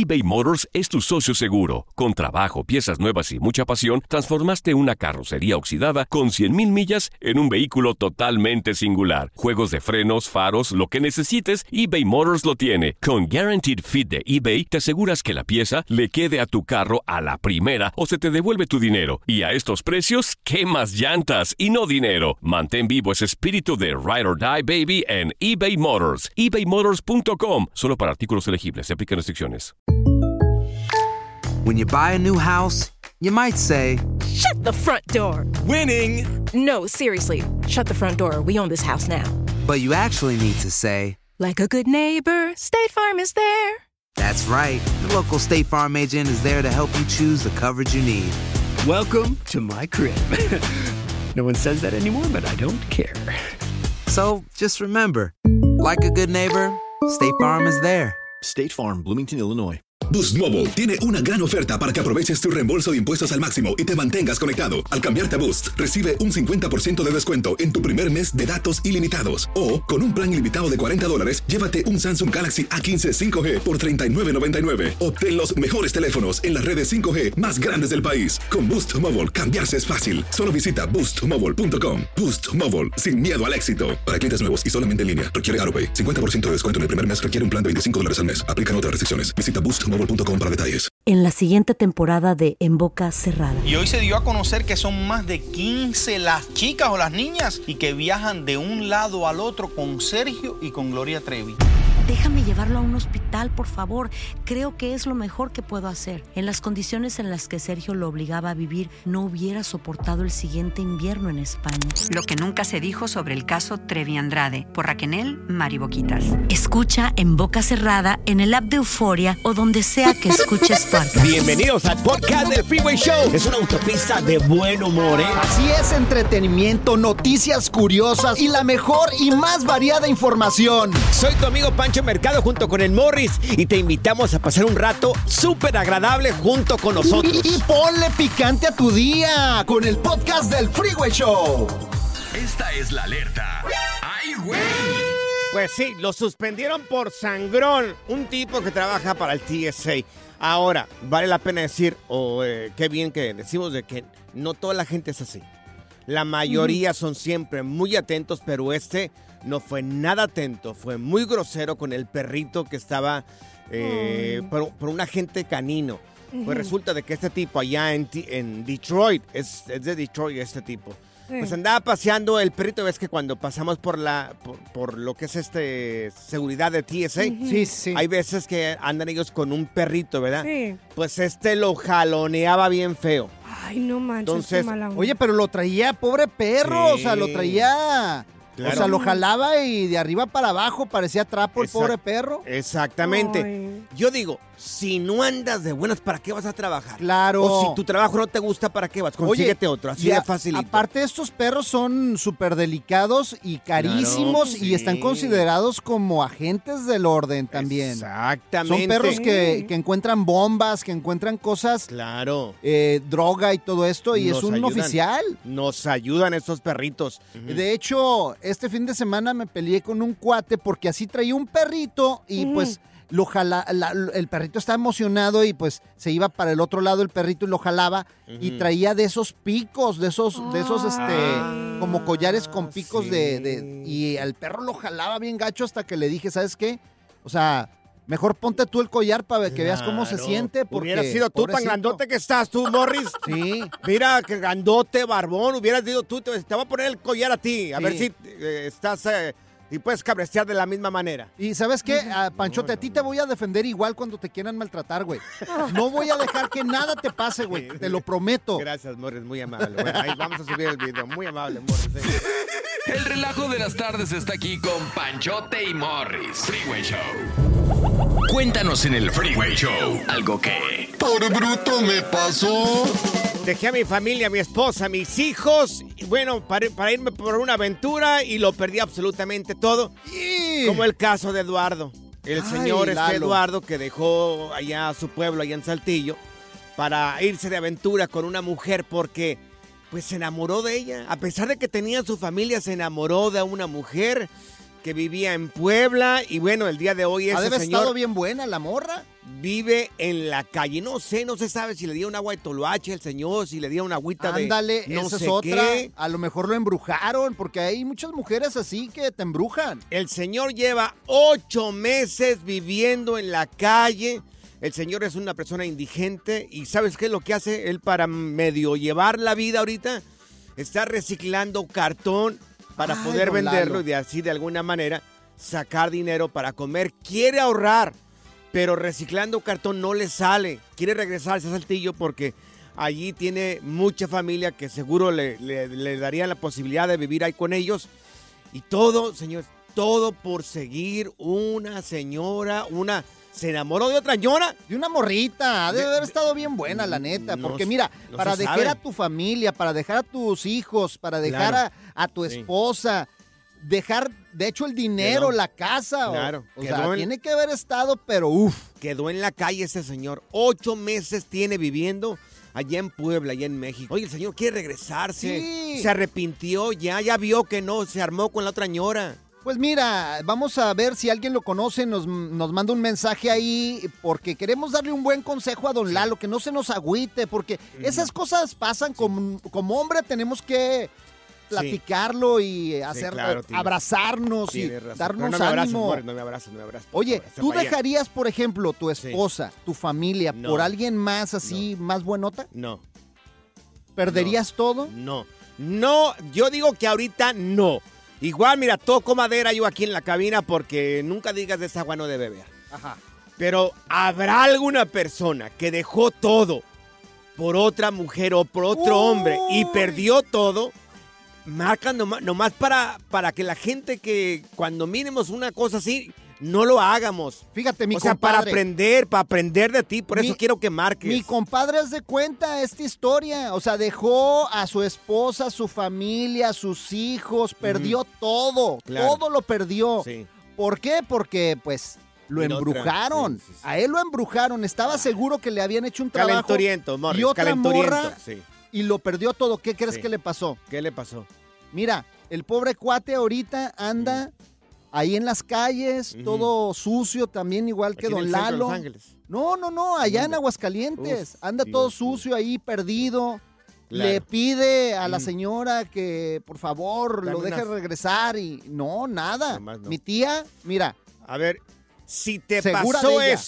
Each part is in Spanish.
eBay Motors es tu socio seguro. Con trabajo, piezas nuevas y mucha pasión, transformaste una carrocería oxidada con 100,000 millas en un vehículo totalmente singular. Juegos de frenos, faros, lo que necesites, eBay Motors lo tiene. Con Guaranteed Fit de eBay, te aseguras que la pieza le quede a tu carro a la primera o se te devuelve tu dinero. Y a estos precios, ¿qué más llantas y no dinero? Mantén vivo ese espíritu de Ride or Die, baby, en eBay Motors. ebaymotors.com. Solo para artículos elegibles. Se aplican restricciones. When you buy a new house, you might say, "Shut the front door." Winning! No, seriously. Shut the front door. We own this house now. but you actually need to say, "Like a good neighbor, State Farm is there." That's right. The local State Farm agent is there to help you choose the coverage you need. Welcome to my crib. No one says that anymore, but I don't care. So just remember, like a good neighbor, State Farm is there. State Farm, Bloomington, Illinois. Boost Mobile tiene una gran oferta para que aproveches tu reembolso de impuestos al máximo y te mantengas conectado. Al cambiarte a Boost, recibe un 50% de descuento en tu primer mes de datos ilimitados. O, con un plan ilimitado de $40, llévate un Samsung Galaxy A15 5G por $39.99. Obtén los mejores teléfonos en las redes 5G más grandes del país. Con Boost Mobile, cambiarse es fácil. Solo visita boostmobile.com. Boost Mobile, sin miedo al éxito. Para clientes nuevos y solamente en línea, requiere AutoPay. 50% de descuento en el primer mes requiere un plan de $25 al mes. Aplican otras restricciones. Visita boostmobile.com para detalles. En la siguiente temporada de En Boca Cerrada. Y hoy se dio a conocer que son más de 15 las chicas o las niñas y que viajan de un lado al otro con Sergio y con Gloria Trevi. Déjame llevarlo a un hospital, por favor. Creo que es lo mejor que puedo hacer. En las condiciones en las que Sergio lo obligaba a vivir, no hubiera soportado el siguiente invierno en España. Lo que nunca se dijo sobre el caso Trevi Andrade, por Raquel Mariboquitas. Escucha En Boca Cerrada, en el app de Euforia o donde sea que escuches podcast. Bienvenidos al podcast del Freeway Show. Es una autopista de buen humor, ¿eh? Así es, entretenimiento, noticias curiosas y la mejor y más variada información. Soy tu amigo Pancho Mercado junto con el Morris y te invitamos a pasar un rato súper agradable junto con nosotros. Y ponle picante a tu día con el podcast del Freeway Show. Esta es la alerta. ¡Ay, güey! Pues sí, lo suspendieron por sangrón. Un tipo que trabaja para el TSA. Ahora, vale la pena decir, qué bien que decimos de que no toda la gente es así. La mayoría son siempre muy atentos, pero no fue nada atento, fue muy grosero con el perrito que estaba por un agente canino. Pues resulta de que este tipo allá en Detroit, es de Detroit este tipo, pues andaba paseando el perrito. Ves que cuando pasamos por lo que es seguridad de TSA, sí. hay veces que andan ellos con un perrito, ¿verdad? Sí. Pues lo jaloneaba bien feo. Ay, no manches, Entonces, qué mala onda. Oye, pero lo traía, pobre perro, Sí. o sea, lo traía... Claro. O sea, lo jalaba y de arriba para abajo parecía trapo el pobre perro. Exactamente. Ay. Yo digo, si no andas de buenas, ¿para qué vas a trabajar? Claro. O si tu trabajo no te gusta, ¿para qué vas? Consíguete otro, así de facilito. Aparte, estos perros son súper delicados y carísimos, Claro, y están considerados como agentes del orden también. Exactamente. Son perros que encuentran bombas, que encuentran cosas, Claro. droga y todo esto, y Nos es un ayudan. oficial. Nos ayudan estos perritos. De hecho, este fin de semana me peleé con un cuate porque así traía un perrito y pues el perrito estaba emocionado y pues se iba para el otro lado el perrito y lo jalaba y traía de esos picos, de esos como collares con picos y el perro lo jalaba bien gacho hasta que le dije, ¿sabes qué? O sea, mejor ponte tú el collar para que veas cómo se siente. Porque Hubiera sido tú tan grandote que estás tú, Morris. Sí. Mira, que grandote, barbón. Hubieras dicho tú, te voy a poner el collar a ti. A ver si estás y puedes cabecear de la misma manera. Y ¿sabes qué? Panchote, a ti te voy a defender igual cuando te quieran maltratar, güey. No voy a dejar que nada te pase, güey. Te lo prometo. Gracias, Morris. Muy amable. Bueno, ahí vamos a subir el video. Muy amable, Morris. El relajo de las tardes está aquí con Panchote y Morris. Freeway Show. Cuéntanos en el Freeway Show algo que por bruto me pasó. Dejé a mi familia, a mi esposa, a mis hijos, y bueno, para irme por una aventura y lo perdí absolutamente todo. Como el caso de Eduardo. El señor Eduardo que dejó allá a su pueblo, allá en Saltillo, para irse de aventura con una mujer porque pues se enamoró de ella. A pesar de que tenía su familia, se enamoró de una mujer que vivía en Puebla y bueno, el día de hoy ese ¿Ha señor estado bien buena la morra? vive en la calle. No se sabe si le dio un agua de toloache al señor, si le dio una agüita Ándale, de no esa sé es otra. qué. A lo mejor lo embrujaron, porque hay muchas mujeres así que te embrujan. El señor lleva 8 meses viviendo en la calle. El señor es una persona indigente y ¿sabes qué es lo que hace él para medio llevar la vida ahorita? Está reciclando cartón para poder don venderlo Lalo. y de así de alguna manera sacar dinero para comer. Quiere ahorrar, pero reciclando cartón no le sale. Quiere regresarse a Saltillo porque allí tiene mucha familia que seguro le darían la posibilidad de vivir ahí con ellos. Y todo, señor, todo por seguir una señora, se enamoró de otra señora. De una morrita, debe haber estado bien buena, la neta. No Porque mira, no para se dejar sabe. a tu familia, para dejar a tus hijos, para dejar Claro. a tu Sí. esposa, dejar, de hecho, el dinero, Quedó. la casa. Claro, O quedó sea, en- tiene que haber estado, pero uff. Quedó en la calle ese señor. 8 meses tiene viviendo allá en Puebla, allá en México. Oye, el señor quiere regresarse. Sí. Se arrepintió ya vio que no, se armó con la otra ñora. Pues mira, vamos a ver si alguien lo conoce, nos manda un mensaje ahí, porque queremos darle un buen consejo a don Lalo, que no se nos agüite, porque esas cosas pasan, como hombre tenemos que platicarlo y hacer, claro, tienes- abrazarnos y Tienes razón. darnos Pero no me abrazas, ánimo. Morris, no me abrazas. por Oye, favor, ¿tú para allá. dejarías, por ejemplo, tu esposa, tu familia, No. por alguien más así, más buenota? No. ¿Perderías todo? No, yo digo que ahorita no. Igual, mira, toco madera yo aquí en la cabina porque nunca digas de esa agua no de beber. Ajá. Pero ¿habrá alguna persona que dejó todo por otra mujer o por otro hombre y perdió todo? Marca nomás para que la gente que cuando miremos una cosa así, no lo hagamos. Fíjate, mi O sea, compadre. para aprender de ti, por eso quiero que marques. Mi compadre haz de cuenta esta historia. O sea, dejó a su esposa, a su familia, a sus hijos, perdió todo. Claro. Todo lo perdió. Sí. ¿Por qué? Porque, pues, lo Y la otra, embrujaron. sí. A él lo embrujaron. Estaba seguro que le habían hecho un trabajo. Calenturiento, Morris, y otra calenturiento, morra, sí. y lo perdió todo. ¿Qué crees Sí. que le pasó? ¿Qué le pasó? Mira, el pobre cuate ahorita anda ahí en las calles, todo sucio también, igual que Aquí en don el centro de Lalo. Los Ángeles. No, allá en Aguascalientes. Uf, anda Dios todo mío. sucio ahí, perdido. Claro. Le pide a la señora que, por favor, Dame lo deje unas- regresar y no, nada. Nomás no. Mi tía, mira. A ver, si te Segura pasó de ella.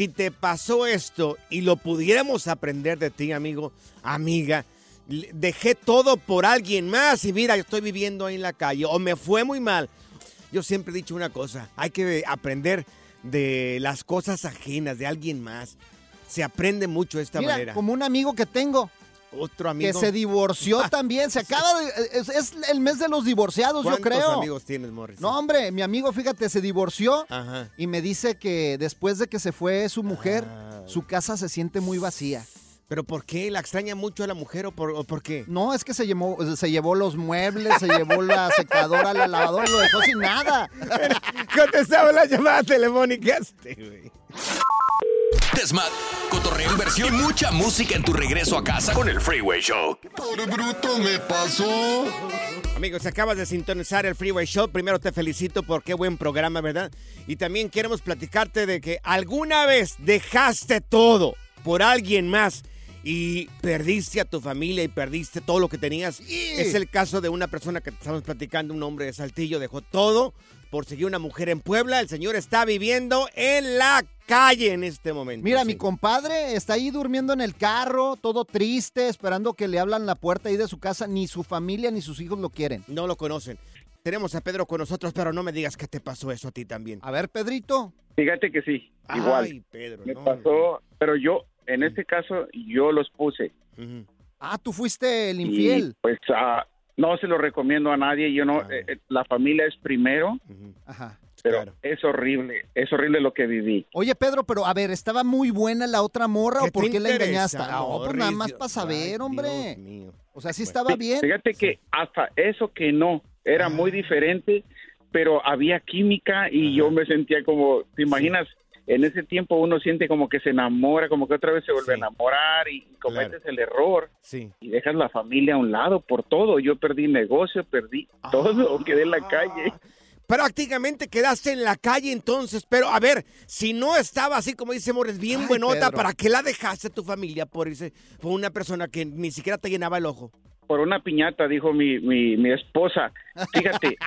esto y lo pudiéramos aprender de ti, amigo, amiga, dejé todo por alguien más y mira, yo estoy viviendo ahí en la calle o me fue muy mal. Yo siempre he dicho una cosa, hay que aprender de las cosas ajenas, de alguien más. Se aprende mucho de esta Mira, manera. como un amigo que tengo. Otro amigo. Que se divorció también. Se acaba de... Es el mes de los divorciados, yo creo. ¿Cuántos amigos tienes, Morris? No, hombre, mi amigo, fíjate, se divorció Ajá. y me dice que después de que se fue su mujer, su casa se siente muy vacía. ¿Pero por qué? ¿La extraña mucho a la mujer o por qué? No, es que se llevó los muebles, se llevó la secadora, la lavadora y lo dejó sin nada. Contestaba la llamada telefónica. Desmad, cotorreo, inversión y mucha música en tu regreso a casa con el Freeway Show. Por bruto me pasó. Amigos, acabas de sintonizar el Freeway Show. Primero te felicito por qué buen programa, ¿verdad? Y también queremos platicarte de que alguna vez dejaste todo por alguien más y perdiste a tu familia y perdiste todo lo que tenías. Es el caso de una persona que estamos platicando, un hombre de Saltillo, dejó todo por seguir una mujer en Puebla. El señor está viviendo en la calle en este momento. Mira, sí. mi compadre está ahí durmiendo en el carro, todo triste, esperando que le abran la puerta ahí de su casa. Ni su familia ni sus hijos lo quieren. No lo conocen. Tenemos a Pedro con nosotros, pero no me digas que te pasó eso a ti también. A ver, Pedrito. Fíjate que sí, igual. Ay, Pedro, Me no. pasó, pero yo, en este caso, yo los puse. Ah, tú fuiste el Y, infiel. pues no se lo recomiendo a nadie. Yo no, la familia es primero, Ajá. pero es horrible lo que viví. Oye, Pedro, pero a ver, ¿estaba muy buena la otra morra o ¿Qué por te qué la engañaste? interesa, No, pues nada Morris? más para saber, hombre. Dios mío. O sea, sí estaba bien. Fíjate que hasta eso que no, era muy diferente, pero había química y yo me sentía como, ¿te imaginas? En ese tiempo uno siente como que se enamora, como que otra vez se vuelve a enamorar y cometes el error Sí. y dejas la familia a un lado por todo. Yo perdí negocio, perdí todo, quedé en la calle. prácticamente quedaste en la calle entonces. Pero a ver, si no estaba así como dice Morris, bien buenota, Pedro. ¿para qué la dejaste a tu familia por una persona que ni siquiera te llenaba el ojo? Por una piñata, dijo mi esposa. Fíjate,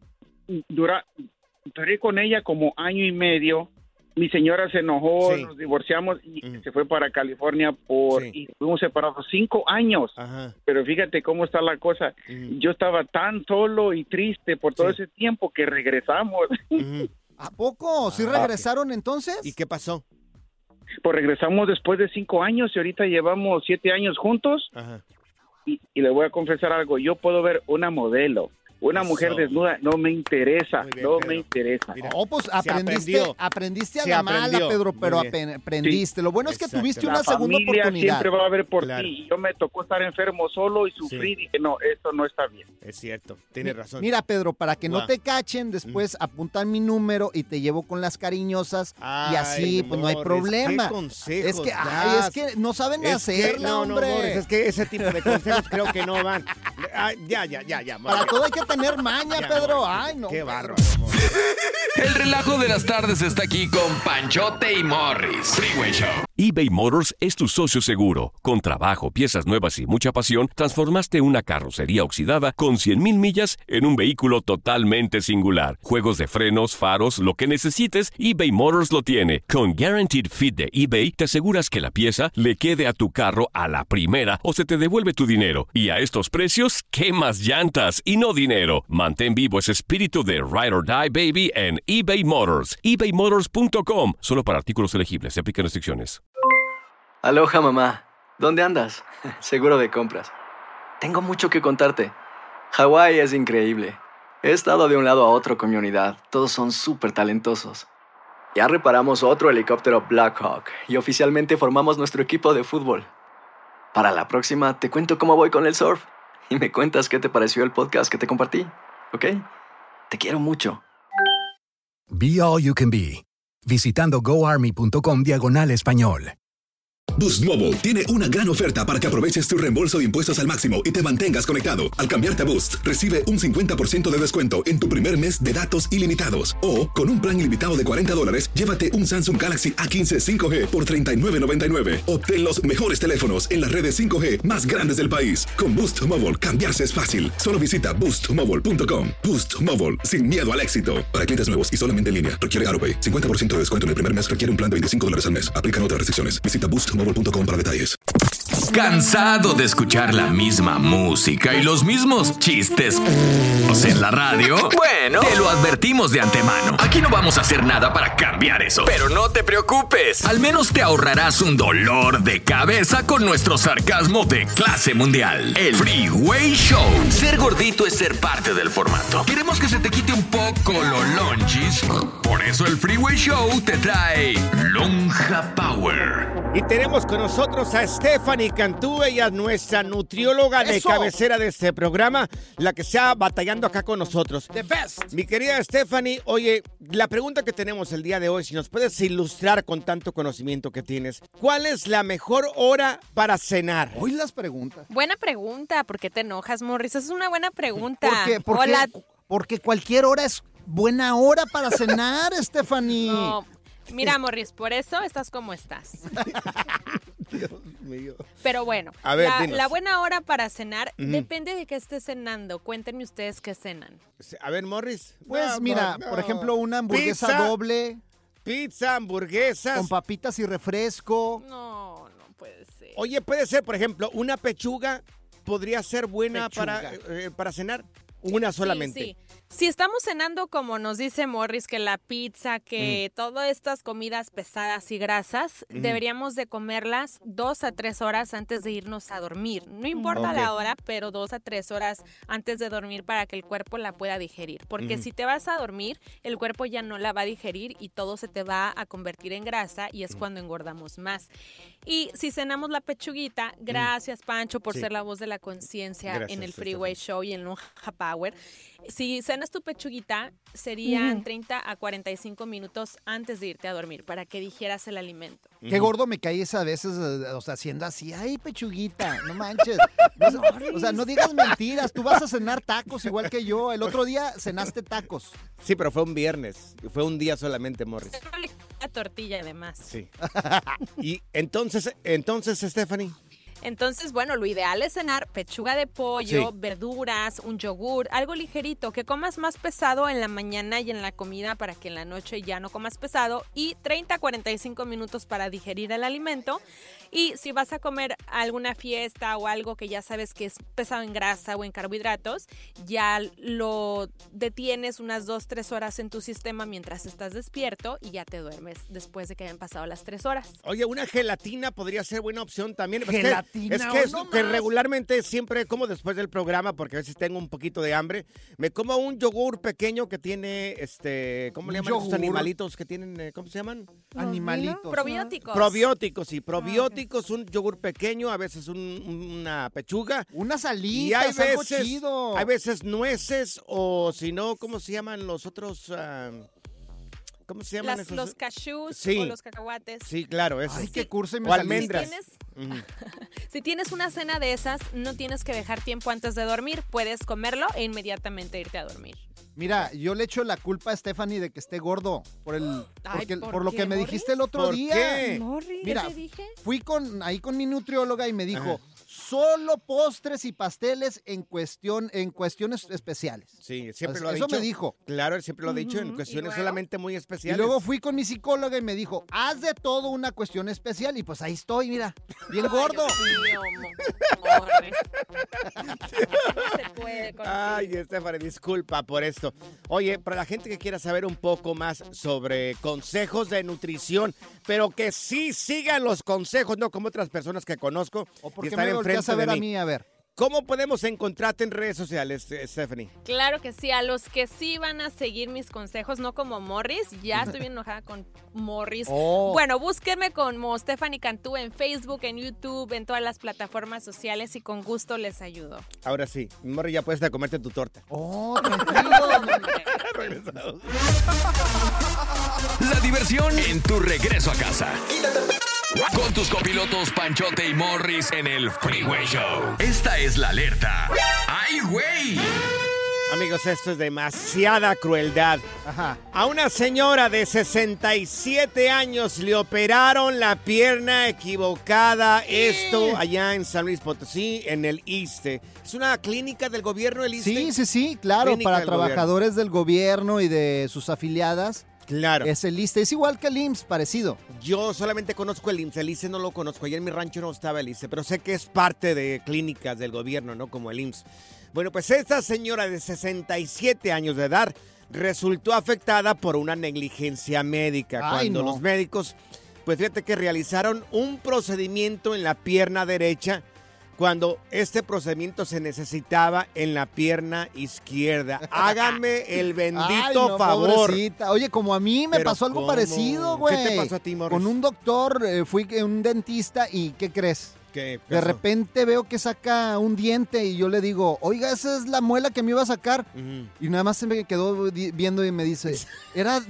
duré con ella como año y medio. Mi señora se enojó, nos divorciamos y se fue para California y fuimos separados 5 años. Ajá. Pero fíjate cómo está la cosa. Yo estaba tan solo y triste por todo ese tiempo que regresamos. ¿A poco? ¿Sí regresaron entonces? ¿Y qué pasó? Pues regresamos después de 5 años y ahorita llevamos 7 años juntos. Ajá. Y le voy a confesar algo. Yo puedo ver una modelo, una mujer desnuda, no me interesa, me interesa. Mira, pues aprendiste a la mala, Pedro, pero aprendiste. Lo bueno es que tuviste una segunda oportunidad. La familia siempre va a ver por ti. Yo me tocó estar enfermo solo y sufrir y dije, no, esto no está bien. Es cierto, tienes razón. Mira, Pedro, para que no te cachen, después apuntan mi número y te llevo con las cariñosas y así, pues no hay problema. ¿Qué consejos es que no saben hacerla, hombre. No, es que ese tipo de consejos creo que no van. Ya. Para todo hay que tener maña, Pedro. Ay, no. Qué bárbaro. El relajo de las tardes está aquí con Panchote y Morris. Freeway Show. eBay Motors es tu socio seguro. Con trabajo, piezas nuevas y mucha pasión, transformaste una carrocería oxidada con 100,000 millas en un vehículo totalmente singular. Juegos de frenos, faros, lo que necesites, eBay Motors lo tiene. Con Guaranteed Fit de eBay, te aseguras que la pieza le quede a tu carro a la primera o se te devuelve tu dinero. Y a estos precios, ¿qué más llantas y no dinero? Mantén vivo ese espíritu de Ride or Die, baby, en eBay Motors. ebaymotors.com. Solo para artículos elegibles. Se aplican restricciones. Aloha, mamá. ¿Dónde andas? Seguro de compras. Tengo mucho que contarte. Hawái es increíble. He estado de un lado a otro con mi unidad. Todos son súper talentosos. Ya reparamos otro helicóptero Blackhawk y oficialmente formamos nuestro equipo de fútbol. Para la próxima te cuento cómo voy con el surf y me cuentas qué te pareció el podcast que te compartí, ¿ok? Te quiero mucho. Be All You Can Be. Visitando goarmy.com/español. Boost Mobile tiene una gran oferta para que aproveches tu reembolso de impuestos al máximo y te mantengas conectado. Al cambiarte a Boost, recibe un 50% de descuento en tu primer mes de datos ilimitados. O, con un plan ilimitado de $40, llévate un Samsung Galaxy A15 5G por $39.99. Obtén los mejores teléfonos en las redes 5G más grandes del país. Con Boost Mobile, cambiarse es fácil. Solo visita boostmobile.com. Boost Mobile, sin miedo al éxito. Para clientes nuevos y solamente en línea, requiere AutoPay. 50% de descuento en el primer mes requiere un plan de $25 al mes. Aplican otras restricciones. Visita boostmobile.com para detalles. ¿Cansado de escuchar la misma música y los mismos chistes en la radio? Bueno, te lo advertimos de antemano. Aquí no vamos a hacer nada para cambiar eso. Pero no te preocupes. Al menos te ahorrarás un dolor de cabeza con nuestro sarcasmo de clase mundial. El Freeway Show. Ser gordito es ser parte del formato. Queremos que se te quite un poco los lonchis. Por eso el Freeway Show te trae Lonja Power. Y tenemos con nosotros a Stephanie Cantú, ella es nuestra nutrióloga de cabecera de este programa, la que está batallando acá con nosotros. The best. Mi querida Stephanie, oye, la pregunta que tenemos el día de hoy, si nos puedes ilustrar con tanto conocimiento que tienes, ¿cuál es la mejor hora para cenar? Hoy las preguntas. Buena pregunta, ¿por qué te enojas, Morris? Es una buena pregunta. Porque cualquier hora es buena hora para cenar, Stephanie. No. Mira, Morris, por eso estás como estás. Dios mío. Pero bueno, a ver, la buena hora para cenar depende de qué estés cenando. Cuéntenme ustedes qué cenan. A ver, Morris. Pues por ejemplo, una hamburguesa doble. Pizza, hamburguesas. Con papitas y refresco. No puede ser. Oye, puede ser, por ejemplo, una pechuga podría ser buena para cenar. Una solamente. Sí. Si estamos cenando como nos dice Morris, que la pizza, que todas estas comidas pesadas y grasas, deberíamos de comerlas 2 a 3 horas antes de irnos a dormir. No importa la hora, pero 2 a 3 horas antes de dormir para que el cuerpo la pueda digerir. Porque si te vas a dormir, el cuerpo ya no la va a digerir y todo se te va a convertir en grasa y es cuando engordamos más. Y si cenamos la pechuguita, gracias Pancho por ser la voz de la conciencia en el Freeway Show y en Lonja Power. Si cenas tu pechuguita, serían 30 a 45 minutos antes de irte a dormir para que digieras el alimento. Qué gordo me caí a veces, o sea, haciendo así, ay, pechuguita, no manches. O sea, no digas mentiras, tú vas a cenar tacos igual que yo. El otro día cenaste tacos. Sí, pero fue un viernes, fue un día solamente, Morris. La tortilla, además. Sí. Y entonces, Stephanie. Entonces, bueno, lo ideal es cenar pechuga de pollo, Sí. verduras, un yogur, algo ligerito, que comas más pesado en la mañana y en la comida para que en la noche ya no comas pesado, y 30 a 45 minutos para digerir el alimento. Y si vas a comer alguna fiesta o algo que ya sabes que es pesado en grasa o en carbohidratos, ya lo detienes unas 2-3 horas en tu sistema mientras estás despierto y ya te duermes después de que hayan pasado las 3 horas. Oye, una gelatina podría ser buena opción también. Gelatina, Es que no que más. regularmente siempre como después del programa, porque a veces tengo un poquito de hambre, me como un yogur pequeño que tiene, ¿cómo le llaman esos yogur. animalitos que tienen, ¿cómo se llaman? Animalitos. Probióticos. Probióticos, sí, probióticos, un yogur pequeño, a veces una pechuga. Unas Y alitas, algo chido. hay veces nueces o si no, ¿cómo se llaman los otros? ¿Cómo se llaman esos? Los cashews Sí. o los cacahuates. Sí, claro, esos. Ay, qué curso y me O saliste. almendras. ¿Tienes? Ujú. Si tienes una cena de esas, no tienes que dejar tiempo antes de dormir. Puedes comerlo e inmediatamente irte a dormir. Mira, yo le echo la culpa a Stephanie de que esté gordo por Ay, por lo qué, que me Morris? dijiste el otro ¿Por día. qué? Morris, Mira, ¿qué te dije? fui con mi nutrióloga y me dijo, Ajá. solo postres y pasteles en cuestiones especiales. Sí, siempre Eso lo ha dicho. me dijo. Claro, él siempre lo ha dicho en cuestiones luego? solamente muy Y especiales. luego fui con mi psicóloga y me dijo, haz de todo una cuestión especial. Y pues ahí estoy, mira, bien gordo. Morris. No se puede con Ay, Stephanie, disculpa por esto. Oye, para la gente que quiera saber un poco más sobre consejos de nutrición, pero que sí sigan los consejos, no como otras personas que conozco ¿O por y qué están me volteas enfrente a ver de a mí. mí? A ver. ¿Cómo podemos encontrarte en redes sociales, Stephanie? Claro que sí, a los que sí van a seguir mis consejos, no como Morris, ya estoy bien enojada con Morris. Oh. Bueno, búsquenme como Stephanie Cantú en Facebook, en YouTube, en todas las plataformas sociales y con gusto les ayudo. Ahora sí, Morri, ya puedes comerte tu torta. Oh, tranquilo. Regresamos. La diversión en tu regreso a casa. Con tus copilotos Panchote y Morris en el Freeway Show. Esta es la alerta. ¡Ay, güey! Amigos, esto es demasiada crueldad. Ajá. A una señora de 67 años le operaron la pierna equivocada. Esto allá en San Luis Potosí, en el ISSSTE. ¿Es una clínica del gobierno, el ISSSTE? Sí, claro, Clínica para del trabajadores del gobierno y de sus afiliadas. Claro. Es el ISSSTE, es igual que el IMSS, parecido. Yo solamente conozco el IMSS no lo conozco. Allá en mi rancho no estaba el ISSSTE, pero sé que es parte de clínicas del gobierno, ¿no? Como el IMSS. Bueno, pues esta señora de 67 años de edad resultó afectada por una negligencia médica. Ay, Cuando no. los médicos, pues fíjate que realizaron un procedimiento en la pierna derecha cuando este procedimiento se necesitaba en la pierna izquierda. Háganme el bendito Ay, no, favor. pobrecita. Oye, como a mí me Pero pasó algo ¿cómo? parecido, güey. ¿Qué te pasó a ti, Morris? Con un doctor, fui un dentista y ¿qué crees? ¿Qué De pasó? repente veo que saca un diente y yo le digo, oiga, esa es la muela que me iba a sacar. Ujú. Y nada más se me quedó viendo y me dice, ¿era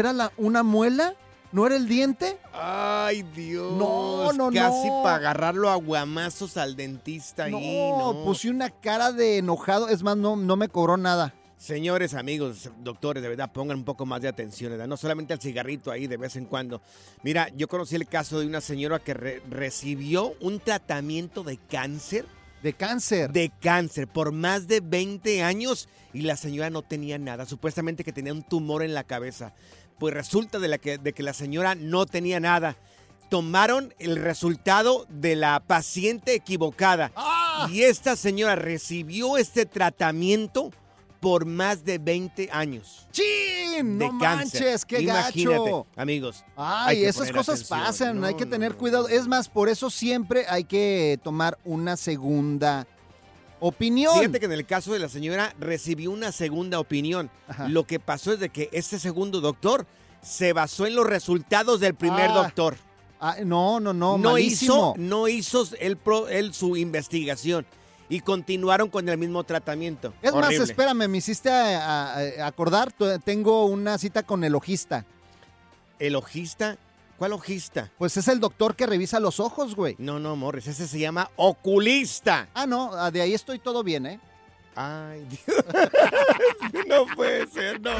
una muela? ¿No era el diente? Ay, Dios. No, Casi no. para agarrarlo a guamazos al dentista ahí, ¿no? Puse una cara de enojado. Es más, no me cobró nada. Señores, amigos, doctores, de verdad, pongan un poco más de atención, ¿verdad? No solamente al cigarrito ahí de vez en cuando. Mira, yo conocí el caso de una señora que recibió un tratamiento de cáncer. ¿De cáncer? De cáncer por más de 20 años y la señora no tenía nada. Supuestamente que tenía un tumor en la cabeza. Pues resulta de que la señora no tenía nada. Tomaron el resultado de la paciente equivocada. ¡Ah! Y esta señora recibió este tratamiento por más de 20 años. ¡Chin! De ¡No cáncer. manches! ¡Qué Imagínate, gacho! amigos. Ay, hay que esas poner cosas atención. pasan, No, hay que no, tener no. cuidado. Es más, por eso siempre hay que tomar una segunda opinión. Fíjate que en el caso de la señora recibió una segunda opinión. Ajá. Lo que pasó es de que este segundo doctor se basó en los resultados del primer Ah, doctor. No, malísimo. No hizo él su investigación. y continuaron con el mismo tratamiento. Es Horrible. más, espérame, me hiciste acordar, tengo una cita con el ojista. ¿El ojista? ¿Cuál ojista? Pues es el doctor que revisa los ojos, güey. No, Morris, ese se llama oculista. Ah, no, de ahí estoy todo bien, ¿eh? Ay, Dios. No puede ser, no.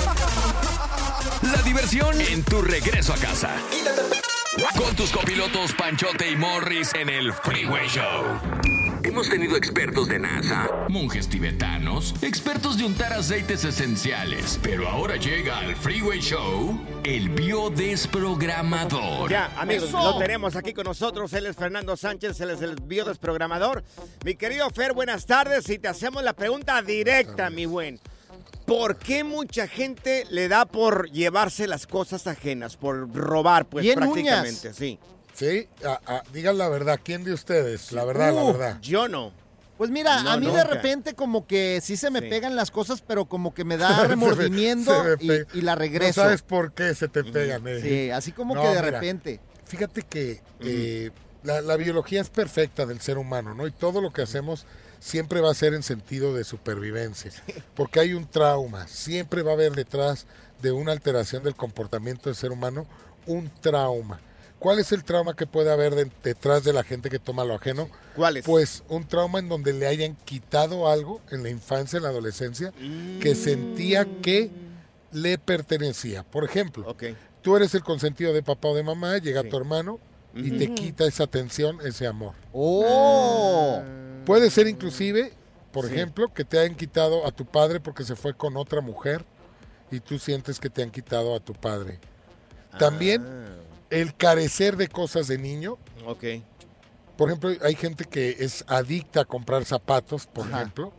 La diversión en tu regreso a casa. Con tus copilotos Panchote y Morris en el Freeway Show. Hemos tenido expertos de NASA, monjes tibetanos, expertos de untar aceites esenciales. Pero ahora llega al Freeway Show el biodesprogramador. Ya, amigos, lo tenemos aquí con nosotros. Él es Fernando Sánchez, él es el biodesprogramador. Mi querido Fer, buenas tardes. Y te hacemos la pregunta directa, mi buen. ¿Por qué mucha gente le da por llevarse las cosas ajenas? Por robar, pues, Bien prácticamente, uñas. sí. Sí, digan la verdad. ¿Quién de ustedes? La verdad. Yo no. Pues mira, No, a mí nunca. de repente como que sí se me pegan las cosas, pero como que me da remordimiento y la regreso. No sabes por qué se te pegan. Sí, así como No, que de mira, repente. Fíjate que la biología es perfecta del ser humano, ¿no? Y todo lo que hacemos siempre va a ser en sentido de supervivencia, porque hay un trauma, siempre va a haber detrás de una alteración del comportamiento del ser humano un trauma. ¿Cuál es el trauma que puede haber detrás de la gente que toma lo ajeno? ¿Cuál es? Pues un trauma en donde le hayan quitado algo en la infancia, en la adolescencia, que sentía que le pertenecía. Por ejemplo, tú eres el consentido de papá o de mamá, llega tu hermano y te quita esa atención, ese amor. ¡Oh! Puede ser inclusive, por ejemplo, que te hayan quitado a tu padre porque se fue con otra mujer y tú sientes que te han quitado a tu padre. También el carecer de cosas de niño. Ok. Por ejemplo, hay gente que es adicta a comprar zapatos, por ejemplo,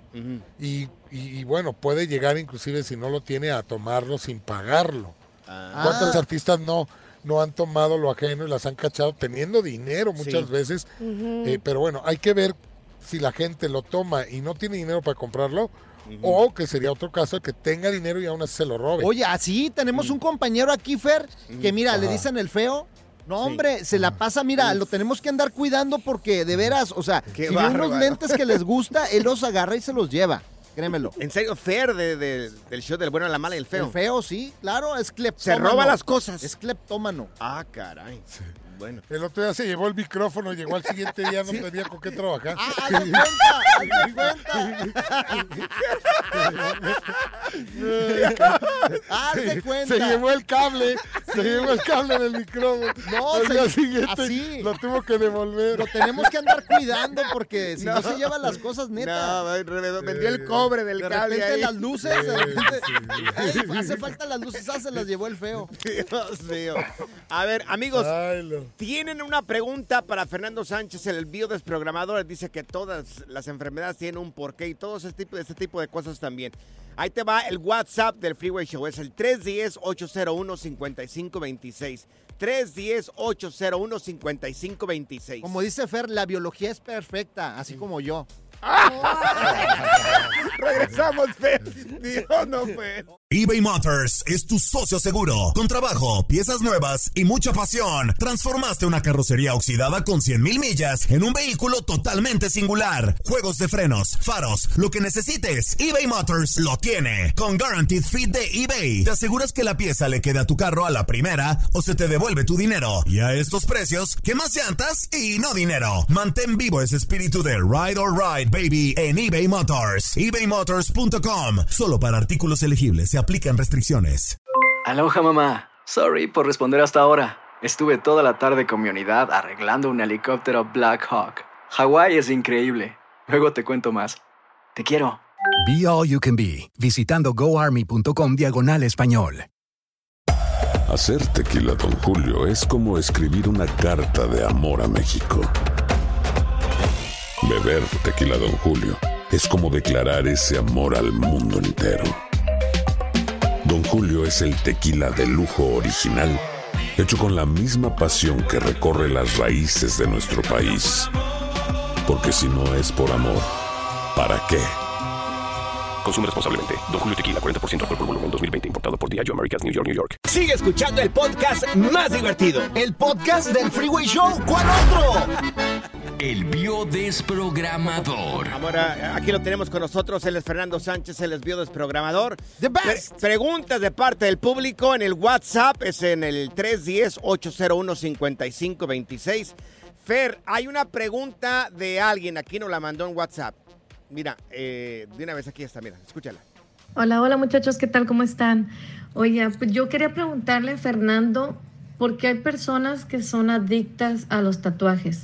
y bueno, puede llegar inclusive si no lo tiene a tomarlo sin pagarlo. ¿Cuántos artistas no han tomado lo ajeno y las han cachado teniendo dinero muchas veces? Pero bueno, hay que ver si la gente lo toma y no tiene dinero para comprarlo, o que sería otro caso, que tenga dinero y aún así se lo robe. Oye, así tenemos un compañero aquí, Fer, que mira, le dicen el feo. No, hombre, se la pasa, mira, lo tenemos que andar cuidando porque de veras, o sea, si ve unos lentes que les gusta, él los agarra y se los lleva. Créemelo. ¿En serio, Fer, del show del bueno, la mala y el feo? El feo, sí, claro, es Se cleptómano. roba las cosas. Es cleptómano. Ah, caray. Sí. Bueno. El otro día se llevó el micrófono, llegó al siguiente día, no tenía con qué trabajar. ¡Haz de cuenta! Se llevó el cable del micrófono. No, al día siguiente así. lo tuvo que devolver. Lo tenemos que andar cuidando porque si no se llevan las cosas, neta. No, vendió el cobre del cable. De repente ahí. las luces, de repente. Ey, hace falta las luces, se las llevó el feo. Dios mío. A ver, amigos, tienen una pregunta para Fernando Sánchez, el biodesprogramador. Dice que todas las enfermedades tienen un porqué y todo este tipo de cosas también. Ahí te va el WhatsApp del Freeway Show. Es el 310-801-5526. 310-801-5526. Como dice Fer, la biología es perfecta, así como yo. Regresamos, Fer. Dios, no, Fer. eBay Motors es tu socio seguro. Con trabajo, piezas nuevas y mucha pasión, transformaste una carrocería oxidada con 100,000 millas en un vehículo totalmente singular. Juegos de frenos, faros, lo que necesites, eBay Motors lo tiene. Con Guaranteed Fit de eBay, te aseguras que la pieza le quede a tu carro a la primera o se te devuelve tu dinero. Y a estos precios, ¿qué más llantas y no dinero? Mantén vivo ese espíritu de Ride or Ride, baby, en eBay Motors. ebaymotors.com. Solo para artículos elegibles se aplican restricciones. Aloha, mamá. Sorry por responder hasta ahora. Estuve toda la tarde con mi unidad arreglando un helicóptero Black Hawk. Hawái es increíble. Luego te cuento más. Te quiero. Be All You Can Be, visitando goarmy.com/español. Hacer tequila Don Julio es como escribir una carta de amor a México. Beber tequila Don Julio es como declarar ese amor al mundo entero. Don Julio es el tequila de lujo original, hecho con la misma pasión que recorre las raíces de nuestro país. Porque si no es por amor, ¿para qué? Consume responsablemente. Don Julio Tequila, 40% alcohol por volumen, 2020. Importado por Diageo Americas, New York, New York. Sigue escuchando el podcast más divertido. El podcast del Freeway Show. ¿Cuál otro? el biodesprogramador. Ahora, aquí lo tenemos con nosotros, él es Fernando Sánchez, él es biodesprogramador. The best. Preguntas de parte del público en el WhatsApp, es en el 310-801-5526. Fer, hay una pregunta de alguien, aquí nos la mandó en WhatsApp. Mira, de una vez aquí está, mira, escúchala. Hola muchachos, ¿qué tal? ¿Cómo están? Oye, pues yo quería preguntarle a Fernando por qué hay personas que son adictas a los tatuajes.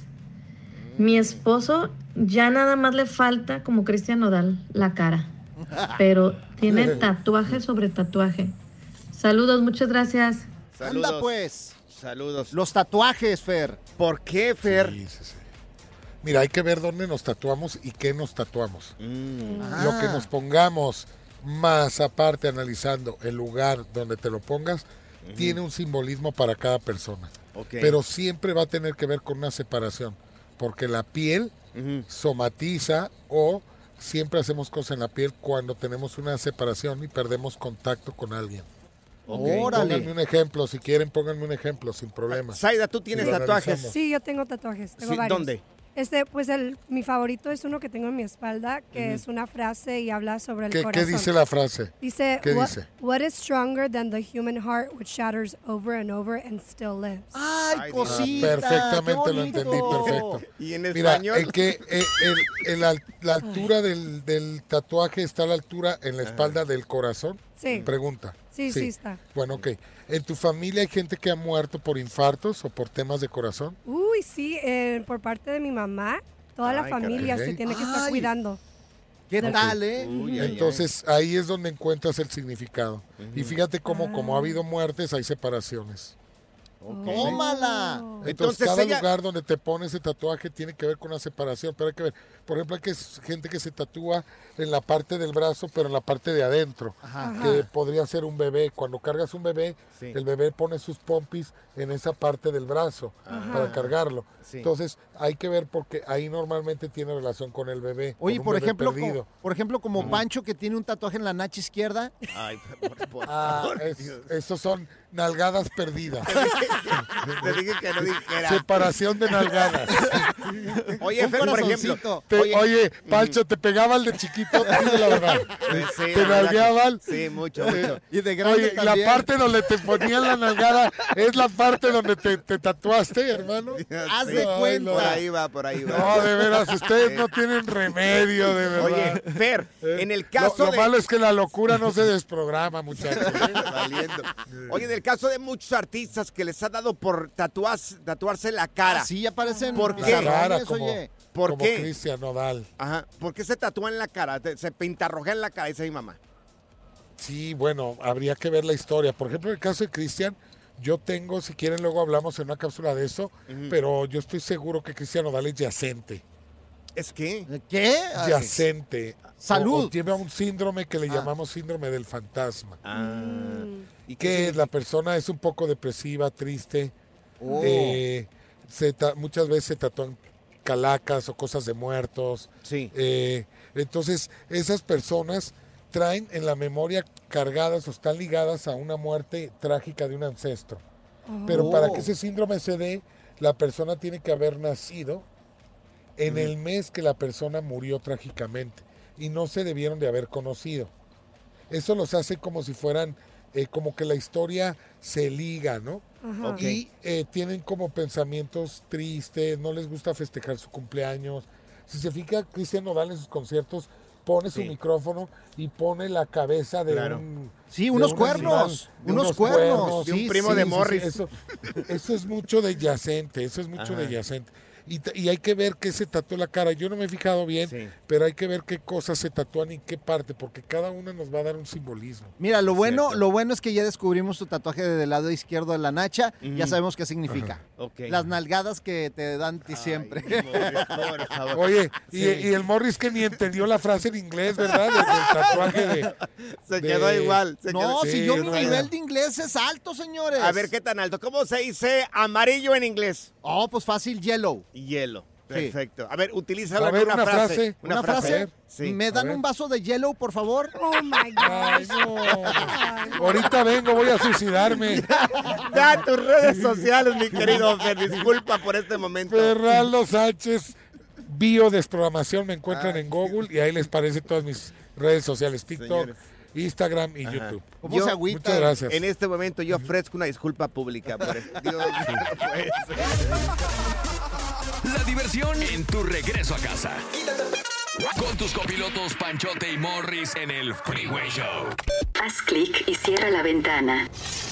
Mi esposo ya nada más le falta, como Cristian Nodal, la cara, pero tiene tatuaje sobre tatuaje. Saludos, muchas gracias. Saludos. Anda pues. Saludos. Los tatuajes, Fer. ¿Por qué, Fer? Sí. Mira, hay que ver dónde nos tatuamos y qué nos tatuamos. Lo que nos pongamos, más aparte analizando el lugar donde te lo pongas, tiene un simbolismo para cada persona. Okay. Pero siempre va a tener que ver con una separación, porque la piel somatiza o siempre hacemos cosas en la piel cuando tenemos una separación y perdemos contacto con alguien. Okay. Órale. Pónganme un ejemplo, si quieren pónganme un ejemplo, sin problema. Zaida, ¿tú tienes tatuajes? Sí, yo tengo tatuajes, tengo varios. ¿Dónde? Pues mi favorito es uno que tengo en mi espalda, que es una frase y habla sobre el corazón. ¿Qué dice la frase? Dice, ¿Qué dice? What is stronger than the human heart which shatters over and over and still lives? ¡Ay, cosita! Perfectamente lo entendí, perfecto. ¿Y en español? Mira, la altura del tatuaje está a la altura en la espalda del corazón. Sí. Pregunta. Sí está. Bueno, ok. ¿En tu familia hay gente que ha muerto por infartos o por temas de corazón? Uy, sí, por parte de mi mamá, toda la familia se tiene que estar cuidando. ¿Qué tal, Entonces, ahí es donde encuentras el significado. Y fíjate como ha habido muertes, hay separaciones. Okay. ¡Tómala! Entonces cada lugar donde te pones ese tatuaje tiene que ver con una separación, pero hay que ver. Por ejemplo, hay gente que se tatúa en la parte del brazo, pero en la parte de adentro, que podría ser un bebé. Cuando cargas un bebé, el bebé pone sus pompis en esa parte del brazo para cargarlo. Sí. Entonces, hay que ver porque ahí normalmente tiene relación con el bebé. Oye, por ejemplo, como Pancho, que tiene un tatuaje en la nacha izquierda. Ay, por favor. Esos son nalgadas perdidas. Te dije que no dijera. Separación de nalgadas. Oye, Fer, por ejemplo. Oye, Pancho, ¿te pegaban de chiquito? Dime la verdad. Sí, ¿Te nalgueaban? Sí, mucho. Y de grande también. La parte donde te ponían la nalgada es la parte donde te tatuaste, hermano. Haz de cuenta. Por ahí va. No, de veras, ustedes no tienen remedio, de verdad. Oye, Fer, en el caso Lo malo es que la locura no se desprograma, muchachos. Valiendo. Oye, en el caso de muchos artistas que les ha dado por tatuarse la cara. Sí, aparecen. ¿Por qué? Como Cristian Nodal. Ajá. ¿Por qué se tatúa en la cara? Se pintarrojea en la cara, dice mi mamá. Sí, bueno, habría que ver la historia. Por ejemplo, en el caso de Cristian, yo tengo, si quieren luego hablamos en una cápsula de eso, pero yo estoy seguro que Cristian Nodal es yacente. ¿Es qué? ¿Qué? Yacente. Salud. O lleva un síndrome que le llamamos síndrome del fantasma. ¿Y que la persona es un poco depresiva, triste. Muchas veces se tatúan calacas o cosas de muertos. Sí. Entonces, esas personas traen en la memoria cargadas o están ligadas a una muerte trágica de un ancestro. Pero para que ese síndrome se dé, la persona tiene que haber nacido en el mes que la persona murió trágicamente y no se debieron de haber conocido. Eso los hace como si fueran, como que la historia se liga, ¿no? Y tienen como pensamientos tristes, no les gusta festejar su cumpleaños. Si se fija, Cristian Nodal en sus conciertos pone su micrófono y pone la cabeza de unos cuernos. Unos cuernos. De un primo de Morris. Eso es mucho de yacente, Y hay que ver qué se tatuó la cara. Yo no me he fijado bien, pero hay que ver qué cosas se tatúan y qué parte, porque cada una nos va a dar un simbolismo. Mira, lo bueno es que ya descubrimos tu tatuaje del lado izquierdo de la nacha. Ya sabemos qué significa. Las nalgadas que te dan siempre. Morris, por favor. Oye, y el Morris que ni entendió la frase en inglés, ¿verdad? Del tatuaje Se quedó igual. Si yo mi nivel de inglés es alto, señores. A ver, ¿qué tan alto? ¿Cómo se dice amarillo en inglés? Pues fácil, yellow. Hielo. Perfecto. A ver, utilízalo en una frase. ¿Una frase? Sí. ¿Me dan un vaso de hielo, por favor? Oh, my God. Ay, no. Ahorita vengo, voy a suicidarme. Da tus redes sociales, mi querido Fer. Disculpa por este momento. Fernando Sánchez Biodesprogramación me encuentran en Google y ahí les aparecen todas mis redes sociales, TikTok, Señores. Instagram y YouTube. ¿Cómo se agüita? Muchas gracias. En este momento yo ofrezco una disculpa pública por esto. Dios mío, no puede ser. La diversión en tu regreso a casa. Con tus copilotos Panchote y Morris en el Freeway Show. Haz clic y cierra la ventana.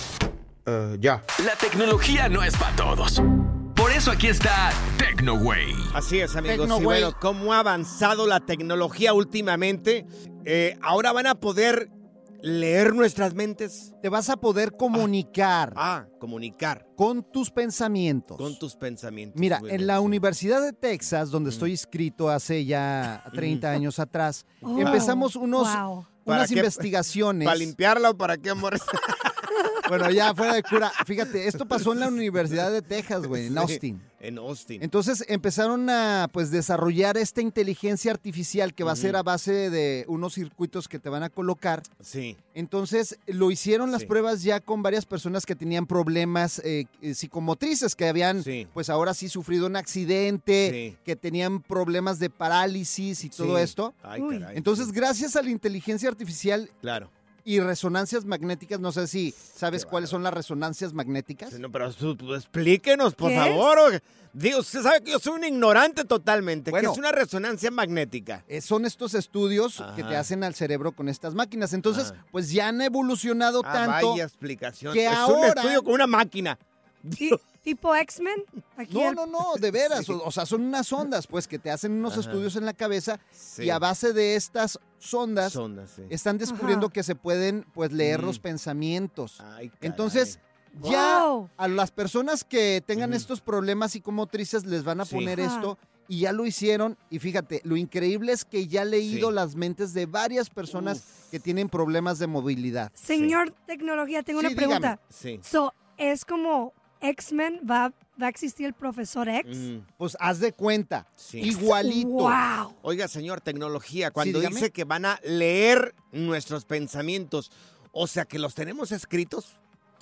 Ya. La tecnología no es para todos. Por eso aquí está TecnoWay. Así es, amigos. TecnoWay. Y bueno, cómo ha avanzado la tecnología últimamente. Ahora van a poder leer nuestras mentes. Te vas a poder comunicar. Comunicar. Con tus pensamientos. Con tus pensamientos. Mira, Bueno, en la Universidad de Texas, donde estoy inscrito hace ya 30 años atrás, Oh, empezamos wow. unas ¿Para qué? investigaciones. ¿Para limpiarla o para qué, amor? Bueno, ya fuera de cura. Fíjate, esto pasó en la Universidad de Texas, güey, en Austin. En Austin. Entonces empezaron a desarrollar esta inteligencia artificial que va a ser a base de unos circuitos que te van a colocar. Sí. Entonces lo hicieron las pruebas ya con varias personas que tenían problemas psicomotrices, que habían pues ahora sí sufrido un accidente, que tenían problemas de parálisis y todo esto. Ay, caray. Entonces gracias a la inteligencia artificial Claro. y resonancias magnéticas, no sé si sabes cuáles son las resonancias magnéticas. No, pero explíquenos, por ¿Qué favor. Digo, usted sabe que yo soy un ignorante totalmente. Bueno. ¿Qué es una resonancia magnética? Son estos estudios que te hacen al cerebro con estas máquinas. Entonces, pues ya han evolucionado tanto. Vaya explicación. Que es un ahora... estudio con una máquina. ¿Tipo X-Men? No, de veras. O sea, son unas ondas, pues, que te hacen unos estudios en la cabeza y a base de estas sondas están descubriendo que se pueden, pues, leer los pensamientos. Entonces, ya a las personas que tengan estos problemas psicomotrices les van a poner esto y ya lo hicieron. Y fíjate, lo increíble es que ya he leído las mentes de varias personas que tienen problemas de movilidad. Señor Tecnología, tengo una pregunta. Sí. So, es como X-Men, ¿va a existir el Profesor X? Pues haz de cuenta, igualito. ¡Wow! Oiga, señor Tecnología, cuando dígame. dice que van a leer nuestros pensamientos, o sea, que los tenemos escritos.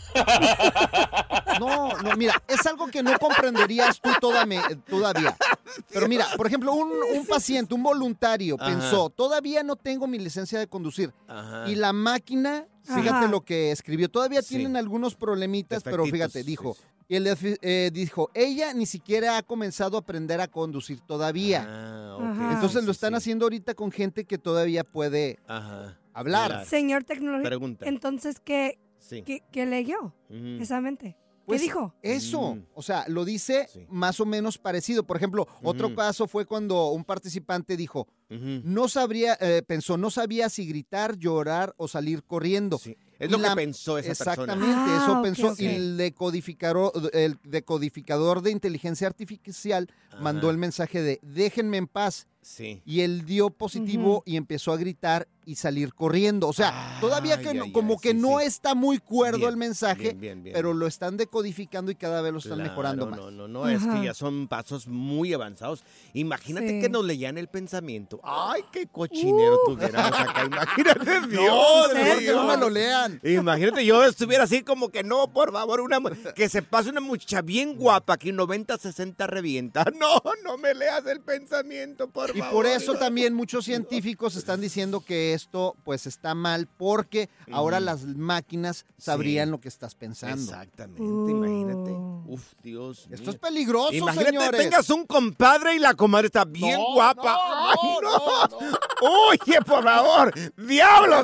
No, mira, es algo que no comprenderías tú todavía. Pero mira, por ejemplo, un paciente, un voluntario pensó, todavía no tengo mi licencia de conducir. Y la máquina, fíjate lo que escribió, todavía tienen algunos problemitas, pero fíjate, dijo, ella ni siquiera ha comenzado a aprender a conducir todavía. Entonces lo están haciendo ahorita con gente que todavía puede hablar. Señor Tecnología, Pregunta. entonces, ¿qué leyó esa mente? ¿Qué dijo? Eso, o sea, lo dice más o menos parecido. Por ejemplo, otro caso fue cuando un participante dijo, no sabía si gritar, llorar o salir corriendo. Es lo que pensó esa persona. Exactamente, eso pensó. okay. Y el decodificador de inteligencia artificial mandó el mensaje de déjenme en paz. Sí. Y él dio positivo y empezó a gritar y salir corriendo. O sea, todavía que no está muy cuerdo el mensaje, bien. pero lo están decodificando y cada vez lo están mejorando más. No, es que ya son pasos muy avanzados. Imagínate que nos leían el pensamiento. Ay, qué cochinero tuviéramos acá. Imagínate, Dios. Que no me lo lean. Imagínate, yo estuviera así como que no, por favor, que se pase una muchacha bien guapa que 90-60 revienta. No me leas el pensamiento, por favor. Y por eso también muchos científicos están diciendo que esto pues está mal porque ahora las máquinas sabrían lo que están pensando. Exactamente, imagínate. Uf, Dios mío. Esto es peligroso, Imagínate señores. tengas un compadre y la comadre está bien guapa. ¡Ay, no! Oye, por favor. ¡Diablo!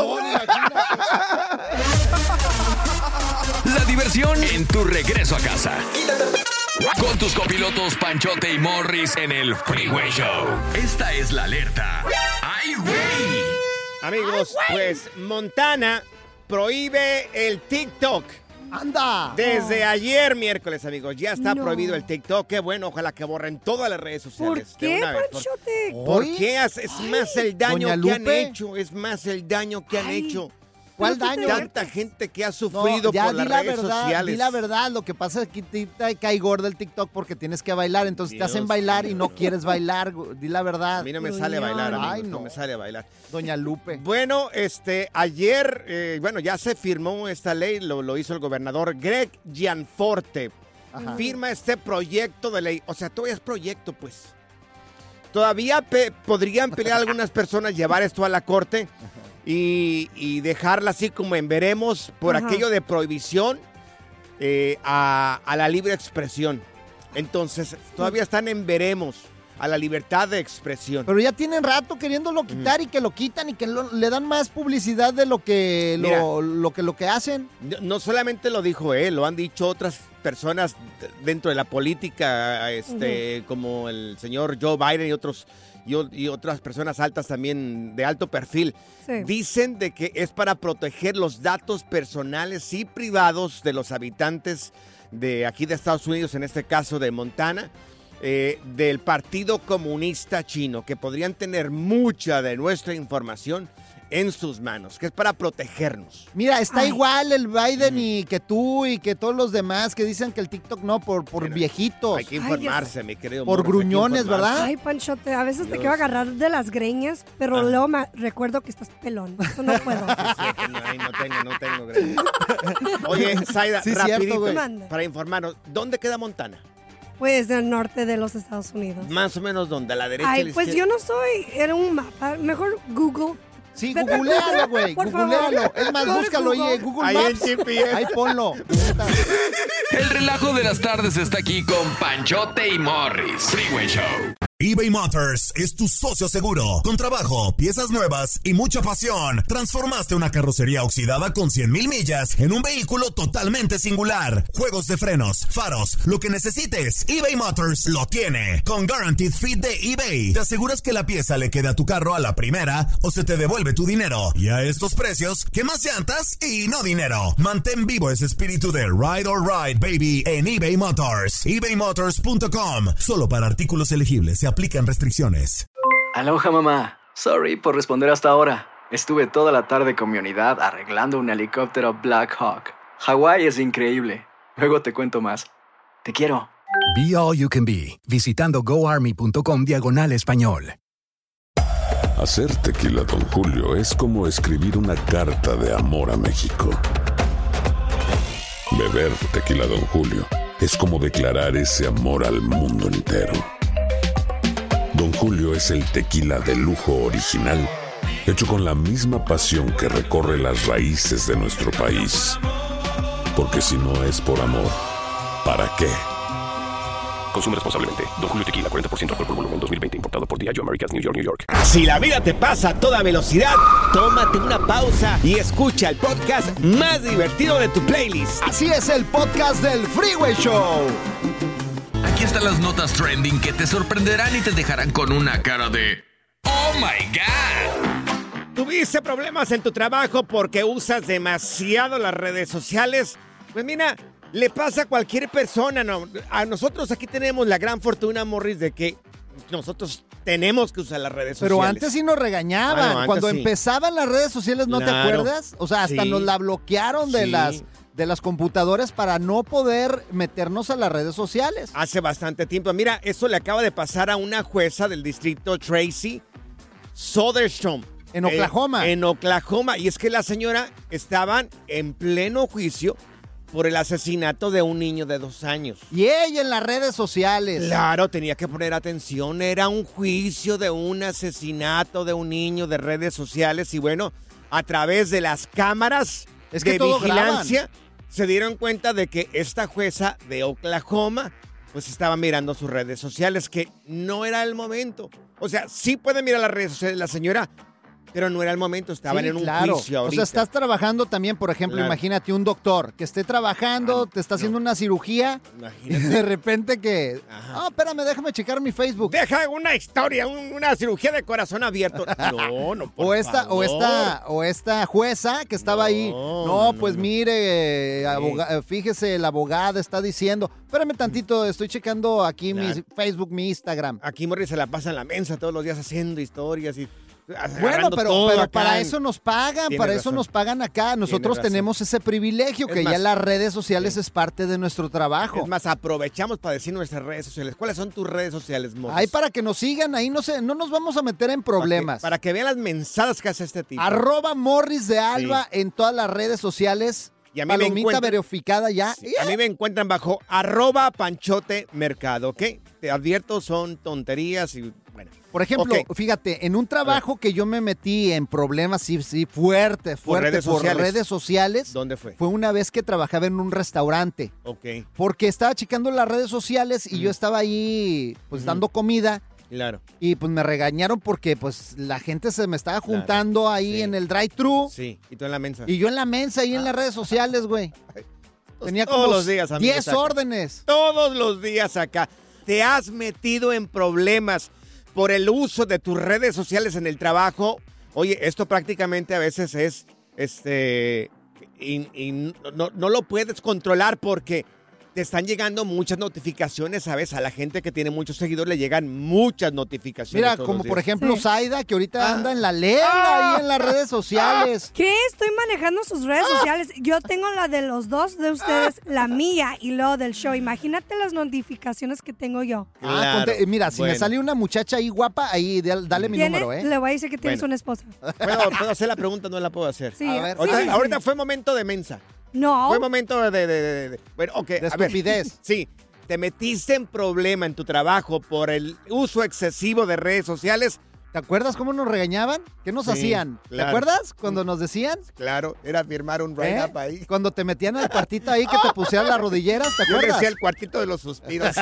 La diversión en tu regreso a casa. Con tus copilotos Panchote y Morris en el Freeway Show. Esta es la alerta. ¡Ay, güey! Amigos, pues Montana prohíbe el TikTok. ¡Anda! Desde ayer, miércoles, amigos, ya está prohibido el TikTok. Qué bueno, ojalá que borren todas las redes sociales. ¿Por qué, de una vez. Panchote? ¿Por qué? Es más el daño Doña que han Lupe. hecho. Es más el daño que han hecho. ¿Cuál daño? Tanta gente que ha sufrido por las redes sociales. Di la verdad, lo que pasa es que te cae gorda el TikTok porque tienes que bailar, entonces te hacen bailar y no quieres bailar. Di la verdad. A mí no me sale bailar, amigos, Ay, no me sale bailar. Doña Lupe. Bueno, ayer, ya se firmó esta ley, lo hizo el gobernador Greg Gianforte. Ajá. Firma este proyecto de ley. O sea, todavía es proyecto, pues. todavía podrían pelear algunas personas, llevar esto a la corte y dejarla así como en veremos por aquello de prohibición a la libre expresión. Entonces, todavía están en veremos a la libertad de expresión. Pero ya tienen rato queriéndolo quitar y que lo quitan y que le dan más publicidad de lo que lo que hacen. No solamente lo dijo él, lo han dicho otras personas dentro de la política, como el señor Joe Biden y otras personas altas también de alto perfil. Sí. Dicen de que es para proteger los datos personales y privados de los habitantes de aquí de Estados Unidos, en este caso de Montana, del Partido Comunista Chino, que podrían tener mucha de nuestra información en sus manos, que es para protegernos. Mira, está igual el Biden y que tú y que todos los demás que dicen que el TikTok no, por viejitos. Hay que informarse, mi querido. Por gruñones, ¿verdad? Ay, Panchote, a veces te quiero agarrar de las greñas, pero luego recuerdo que estás pelón. Eso no puedo. No tengo greñas. Oye, Zaida, sí, rapidito, para informarnos, ¿dónde queda Montana? Pues del norte de los Estados Unidos. Más o menos, ¿dónde? ¿A la derecha? Ay, pues yo no soy en un mapa. Mejor Google. Sí, googlealo, güey. Googlealo. Es más, búscalo ahí en Google Maps. Ahí ponlo. El relajo de las tardes está aquí con Panchote y Morris. Freeway Show. eBay Motors es tu socio seguro. Con trabajo, piezas nuevas y mucha pasión, transformaste una carrocería oxidada con 100,000 millas en un vehículo totalmente singular. Juegos de frenos, faros, lo que necesites, eBay Motors lo tiene. Con Guaranteed Fit de eBay, te aseguras que la pieza le quede a tu carro a la primera o se te devuelve tu dinero. Y a estos precios, ¿qué más llantas y no dinero? Mantén vivo ese espíritu de Ride or Ride, baby, en eBay Motors. ebaymotors.com. Solo para artículos elegibles. Se aplican restricciones. Aloha, mamá. Sorry por responder hasta ahora. Estuve toda la tarde con mi unidad arreglando un helicóptero Black Hawk. Hawái es increíble. Luego te cuento más. Te quiero. Be All You Can Be, visitando goarmy.com/español. Hacer tequila Don Julio es como escribir una carta de amor a México. Beber tequila Don Julio es como declarar ese amor al mundo entero. Don Julio es el tequila de lujo original, hecho con la misma pasión que recorre las raíces de nuestro país. Porque si no es por amor, ¿para qué? Consume responsablemente. Don Julio Tequila, 40% alcohol por volumen, 2020. Importado por Diageo Americas, New York, New York. Si la vida te pasa a toda velocidad, tómate una pausa y escucha el podcast más divertido de tu playlist. Así es, el podcast del Freeway Show. Aquí están las notas trending que te sorprenderán y te dejarán con una cara de ¡Oh, my God! ¿Tuviste problemas en tu trabajo porque usas demasiado las redes sociales? Pues mira, le pasa a cualquier persona, ¿no? A nosotros aquí tenemos la gran fortuna, Morris, de que nosotros tenemos que usar las redes sociales. Pero antes sí nos regañaban. Antes cuando sí. Empezaban las redes sociales, ¿no te acuerdas? O sea, hasta nos la bloquearon de las computadoras para no poder meternos a las redes sociales. Hace bastante tiempo. Mira, eso le acaba de pasar a una jueza del distrito Tracy Soderstrom. En Oklahoma. En Oklahoma. Y es que la señora estaba en pleno juicio por el asesinato de un niño de 2 años. Y ella en las redes sociales. Claro, tenía que poner atención. Era un juicio de un asesinato de un niño de redes sociales. Y bueno, a través de las cámaras de vigilancia, se dieron cuenta de que esta jueza de Oklahoma pues estaba mirando sus redes sociales, que no era el momento. O sea, sí puede mirar las redes sociales la señora, pero no era el momento, estaban en un juicio ahorita. O sea, estás trabajando también, por ejemplo, imagínate un doctor que esté trabajando, te está haciendo una cirugía, y de repente que, espérame, déjame checar mi Facebook. Deja una historia, una cirugía de corazón abierto. No, por favor. O esta jueza que estaba ahí, pues mire, fíjese, la abogada está diciendo, espérame tantito, estoy checando aquí mi Facebook, mi Instagram. Aquí Morris se la pasa en la mensa todos los días haciendo historias y... Bueno, pero para eso nos pagan, nos pagan acá. Nosotros tenemos ese privilegio que ya las redes sociales es parte de nuestro trabajo. Es más, aprovechamos para decir nuestras redes sociales. ¿Cuáles son tus redes sociales, Morris? Ahí para que nos sigan, ahí no nos vamos a meter en problemas. Para que vean las mensadas que hace este tipo. @Morris de Alba en todas las redes sociales. Y a mí Palomita verificada ya. Sí, a mí me encuentran bajo @panchotemercado, ¿ok? Te advierto, son tonterías y bueno. Por ejemplo, fíjate, en un trabajo que yo me metí en problemas fuerte por redes sociales. ¿Dónde fue? Fue una vez que trabajaba en un restaurante. Ok. Porque estaba checando las redes sociales y yo estaba ahí pues dando comida. Claro. Y pues me regañaron porque pues la gente se me estaba juntando ahí en el drive-thru. Sí, y tú en la mensa. Y yo en la mensa ahí en las redes sociales, güey. Tenía como todos los días, 10 órdenes. Todos los días acá. ¿Te has metido en problemas por el uso de tus redes sociales en el trabajo? Oye, esto prácticamente a veces es, no lo puedes controlar porque te están llegando muchas notificaciones, ¿sabes? A la gente que tiene muchos seguidores le llegan muchas notificaciones. Mira, como por ejemplo Zaida, que ahorita anda en la leyenda ahí en las redes sociales. ¿Qué? Estoy manejando sus redes sociales. Yo tengo la de los dos de ustedes, la mía y lo del show. Imagínate las notificaciones que tengo yo. Claro, mira, si me sale una muchacha ahí guapa, ahí dale mi número, ¿eh? Le voy a decir que tienes una esposa. ¿Puedo hacer la pregunta? No la puedo hacer. Sí, a ver. Ahorita fue momento de mensa. No. Fue momento bueno, ok. De estupidez. Sí. Te metiste en problema en tu trabajo por el uso excesivo de redes sociales. ¿Te acuerdas cómo nos regañaban? ¿Qué nos hacían? Claro. ¿Te acuerdas cuando nos decían? Claro, era firmar un write-up ahí. Cuando te metían al cuartito ahí que te pusieran las rodilleras, ¿te acuerdas? Yo decía el cuartito de los suspiros.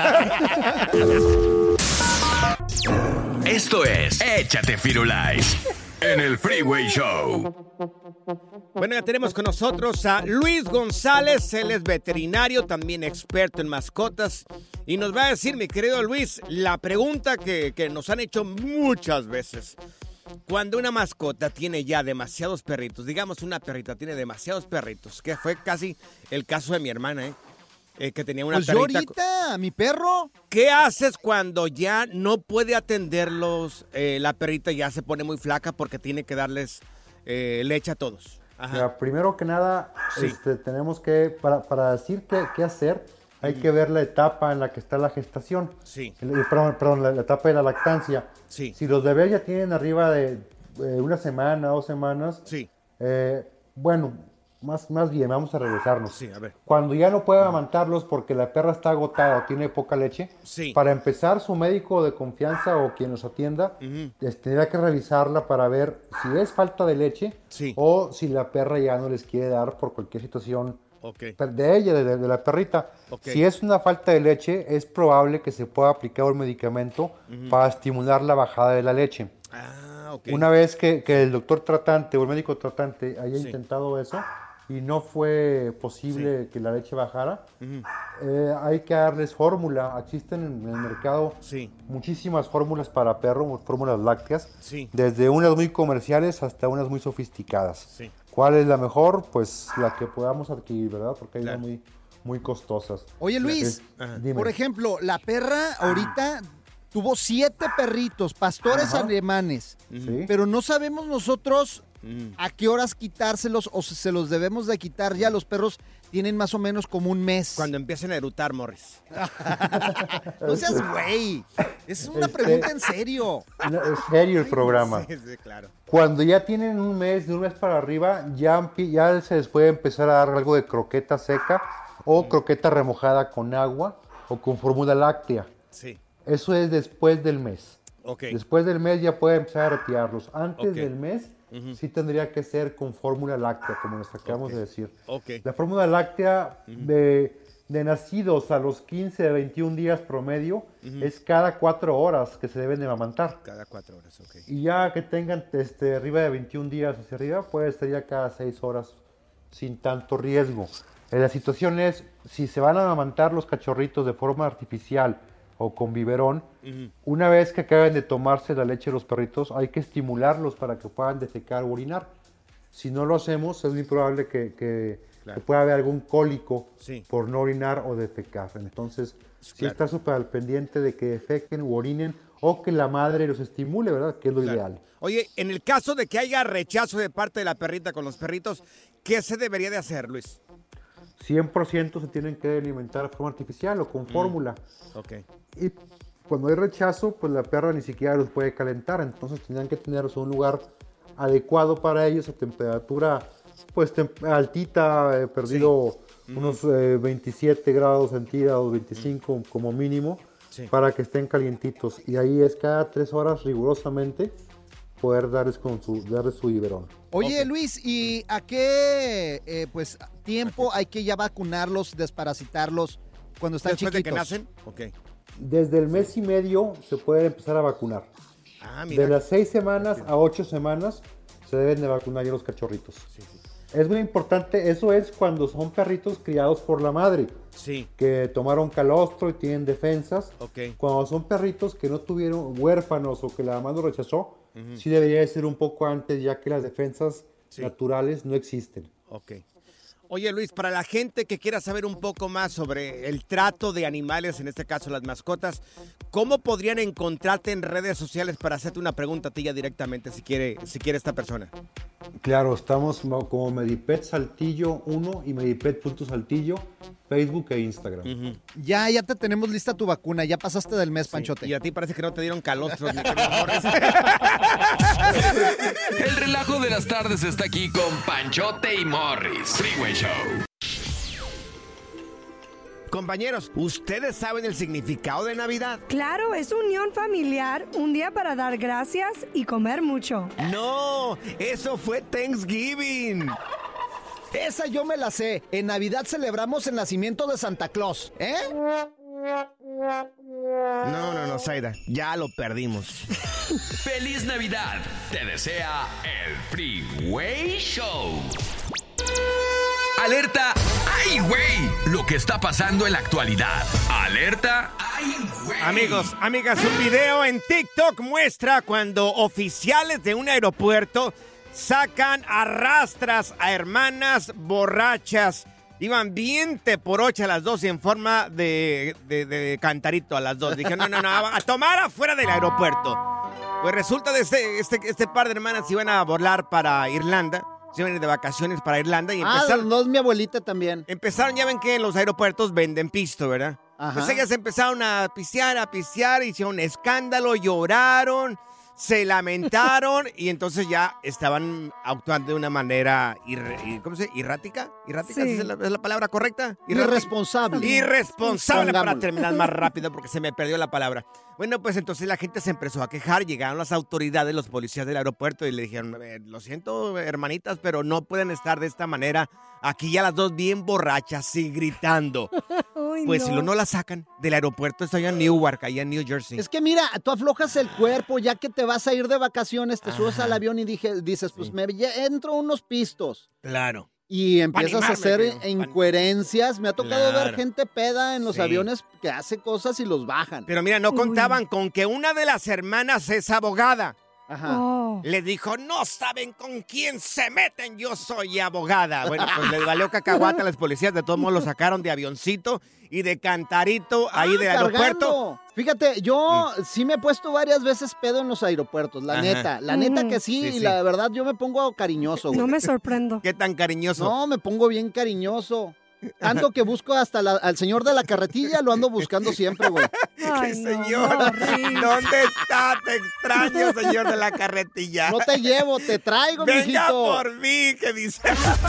Esto es Échate Firulais en el Freeway Show. Bueno, ya tenemos con nosotros a Luis González. Él es veterinario, también experto en mascotas. Y nos va a decir, mi querido Luis, la pregunta que nos han hecho muchas veces. Cuando una mascota tiene ya demasiados perritos, digamos una perrita tiene demasiados perritos, que fue casi el caso de mi hermana, que tenía una perrita. Pues yo ahorita, mi perro. ¿Qué haces cuando ya no puede atenderlos? La perrita ya se pone muy flaca porque tiene que darles leche a todos. Ajá. Mira, primero que nada, tenemos que, para decir qué hacer, hay que ver la etapa en la que está la gestación. Sí. Perdón, la etapa de la lactancia. Sí. Si los bebés ya tienen arriba de una semana, 2 semanas, sí. Bueno, más bien, vamos a regresarnos. Sí, a ver. Cuando ya no puede amamantarlos porque la perra está agotada o tiene poca leche, sí. Para empezar, su médico de confianza o quien los atienda, tendrá que revisarla para ver si es falta de leche, sí. O si la perra ya no les quiere dar por cualquier situación de ella, de la perrita. Si es una falta de leche, es probable que se pueda aplicar un medicamento para estimular la bajada de la leche. Una vez que el doctor tratante o el médico tratante haya intentado eso y no fue posible que la leche bajara, hay que darles fórmula. Existen en el mercado muchísimas fórmulas para perro, fórmulas lácteas, desde unas muy comerciales hasta unas muy sofisticadas. ¿Cuál es la mejor? Pues la que podamos adquirir, ¿verdad? Porque hay unas muy costosas. Oye, Luis, por ejemplo, la perra ahorita tuvo 7 perritos, pastores alemanes, pero no sabemos nosotros a qué horas quitárselos o si se los debemos de quitar ya. Los perros tienen más o menos como un mes. Cuando empiecen a erutar, Morris. No seas güey. Es una pregunta en serio. Es serio el programa. Sí, claro. Cuando ya tienen un mes, de un mes para arriba, ya se les puede empezar a dar algo de croqueta seca o croqueta remojada con agua o con fórmula láctea. Sí. Eso es después del mes. Después del mes ya puede empezar a retirarlos. Antes del mes sí tendría que ser con fórmula láctea, como nos acabamos de decir. La fórmula láctea de nacidos a los 15 de 21 días promedio es cada 4 horas que se deben de amamantar. Cada 4 horas, Y ya que tengan arriba de 21 días hacia arriba, puede ser ya cada 6 horas sin tanto riesgo. La situación es, si se van a amamantar los cachorritos de forma artificial o con biberón, una vez que acaben de tomarse la leche de los perritos, hay que estimularlos para que puedan defecar o orinar. Si no lo hacemos, es muy probable que pueda haber algún cólico por no orinar o defecar. Entonces, sí está súper al pendiente de que defequen u orinen o que la madre los estimule, ¿verdad? Que es lo ideal. Oye, en el caso de que haya rechazo de parte de la perrita con los perritos, ¿qué se debería de hacer, Luis? 100% se tienen que alimentar de forma artificial o con fórmula. Y cuando hay rechazo, pues la perra ni siquiera los puede calentar, entonces tendrían que tenerlos en un lugar adecuado para ellos, a temperatura pues altita, perdido unos 27 grados centígrados, 25 como mínimo, para que estén calientitos. Y ahí es cada 3 horas rigurosamente poder darles su biberón. Oye, Luis, ¿y a qué tiempo hay que ya vacunarlos, desparasitarlos cuando están chiquitos? ¿Después de que nacen? Ok. Desde el mes y medio se puede empezar a vacunar. Mira. De las 6 semanas a 8 semanas se deben de vacunar ya los cachorritos. Es muy importante, eso es cuando son perritos criados por la madre, que tomaron calostro y tienen defensas. Cuando son perritos que no tuvieron huérfanos o que la mamá los rechazó, sí debería de ser un poco antes, ya que las defensas naturales no existen. Oye, Luis, para la gente que quiera saber un poco más sobre el trato de animales, en este caso las mascotas, ¿cómo podrían encontrarte en redes sociales para hacerte una pregunta a ti ya directamente, si quiere esta persona? Claro, estamos como Medipet Saltillo 1 y Medipet.Saltillo, Facebook e Instagram. Ya te tenemos lista tu vacuna, ya pasaste del mes, Panchote. Y a ti parece que no te dieron calostros, mi querido Morris. El relajo de las tardes está aquí con Panchote y Morris. Freeway Show. Compañeros, ¿ustedes saben el significado de Navidad? Claro, es unión familiar, un día para dar gracias y comer mucho. No, eso fue Thanksgiving. Esa yo me la sé. En Navidad celebramos el nacimiento de Santa Claus, ¿eh? No, Zaida, ya lo perdimos. ¡Feliz Navidad! Te desea el Freeway Show. ¡Alerta! ¡Ay, güey! Lo que está pasando en la actualidad. ¡Alerta! ¡Ay, güey! Amigos, amigas, un video en TikTok muestra cuando oficiales de un aeropuerto sacan a rastras a hermanas borrachas. Iban bien teporocha las dos y en forma de cantarito a las dos. Dijeron, no, a tomar afuera del aeropuerto. Pues resulta de este par de hermanas iban a volar para Irlanda. Se iban de vacaciones para Irlanda y empezaron. No, mi abuelita también. Empezaron, ya ven que en los aeropuertos venden pisto, ¿verdad? Ajá. Pues ellas empezaron a pistear, hicieron escándalo, lloraron, se lamentaron y entonces ya estaban actuando de una manera ¿cómo se dice? ¿Errática? ¿Errática? Sí. ¿Es la palabra correcta? Irresponsable. Irresponsable, para Pongámosle. terminar más rápido porque se me perdió la palabra. Bueno, pues entonces la gente se empezó a quejar, llegaron las autoridades, los policías del aeropuerto y le dijeron, lo siento, hermanitas, pero no pueden estar de esta manera. Aquí ya las dos bien borrachas y gritando. Ay, Pues no. si no la sacan del aeropuerto, estoy en Newark, allá en New Jersey. Es que mira, tú aflojas el cuerpo, ya que te vas a ir de vacaciones, te subes al avión y dices, pues entro unos pistos. Claro. Y empiezas a hacer incoherencias. Me ha tocado Claro. ver gente peda en los Sí. aviones que hace cosas y los bajan. Pero mira, no contaban con que una de las hermanas es abogada. Ajá. Le dijo, no saben con quién se meten, yo soy abogada. Bueno, pues les valió cacahuate a los policías, de todos modos lo sacaron de avioncito y de cantarito ahí del aeropuerto. Cargando. Fíjate, yo sí me he puesto varias veces pedo en los aeropuertos, la Ajá. neta. La neta que sí, Sí, y sí. la verdad yo me pongo cariñoso, güey. No me sorprendo. ¿Qué tan cariñoso? No, me pongo bien cariñoso. Tanto que busco hasta al señor de la carretilla, lo ando buscando siempre, güey. ¿Qué señor? ¿Dónde está? Te extraño, señor de la carretilla. No te llevo, te traigo, Venga mijito. por mí, que dice.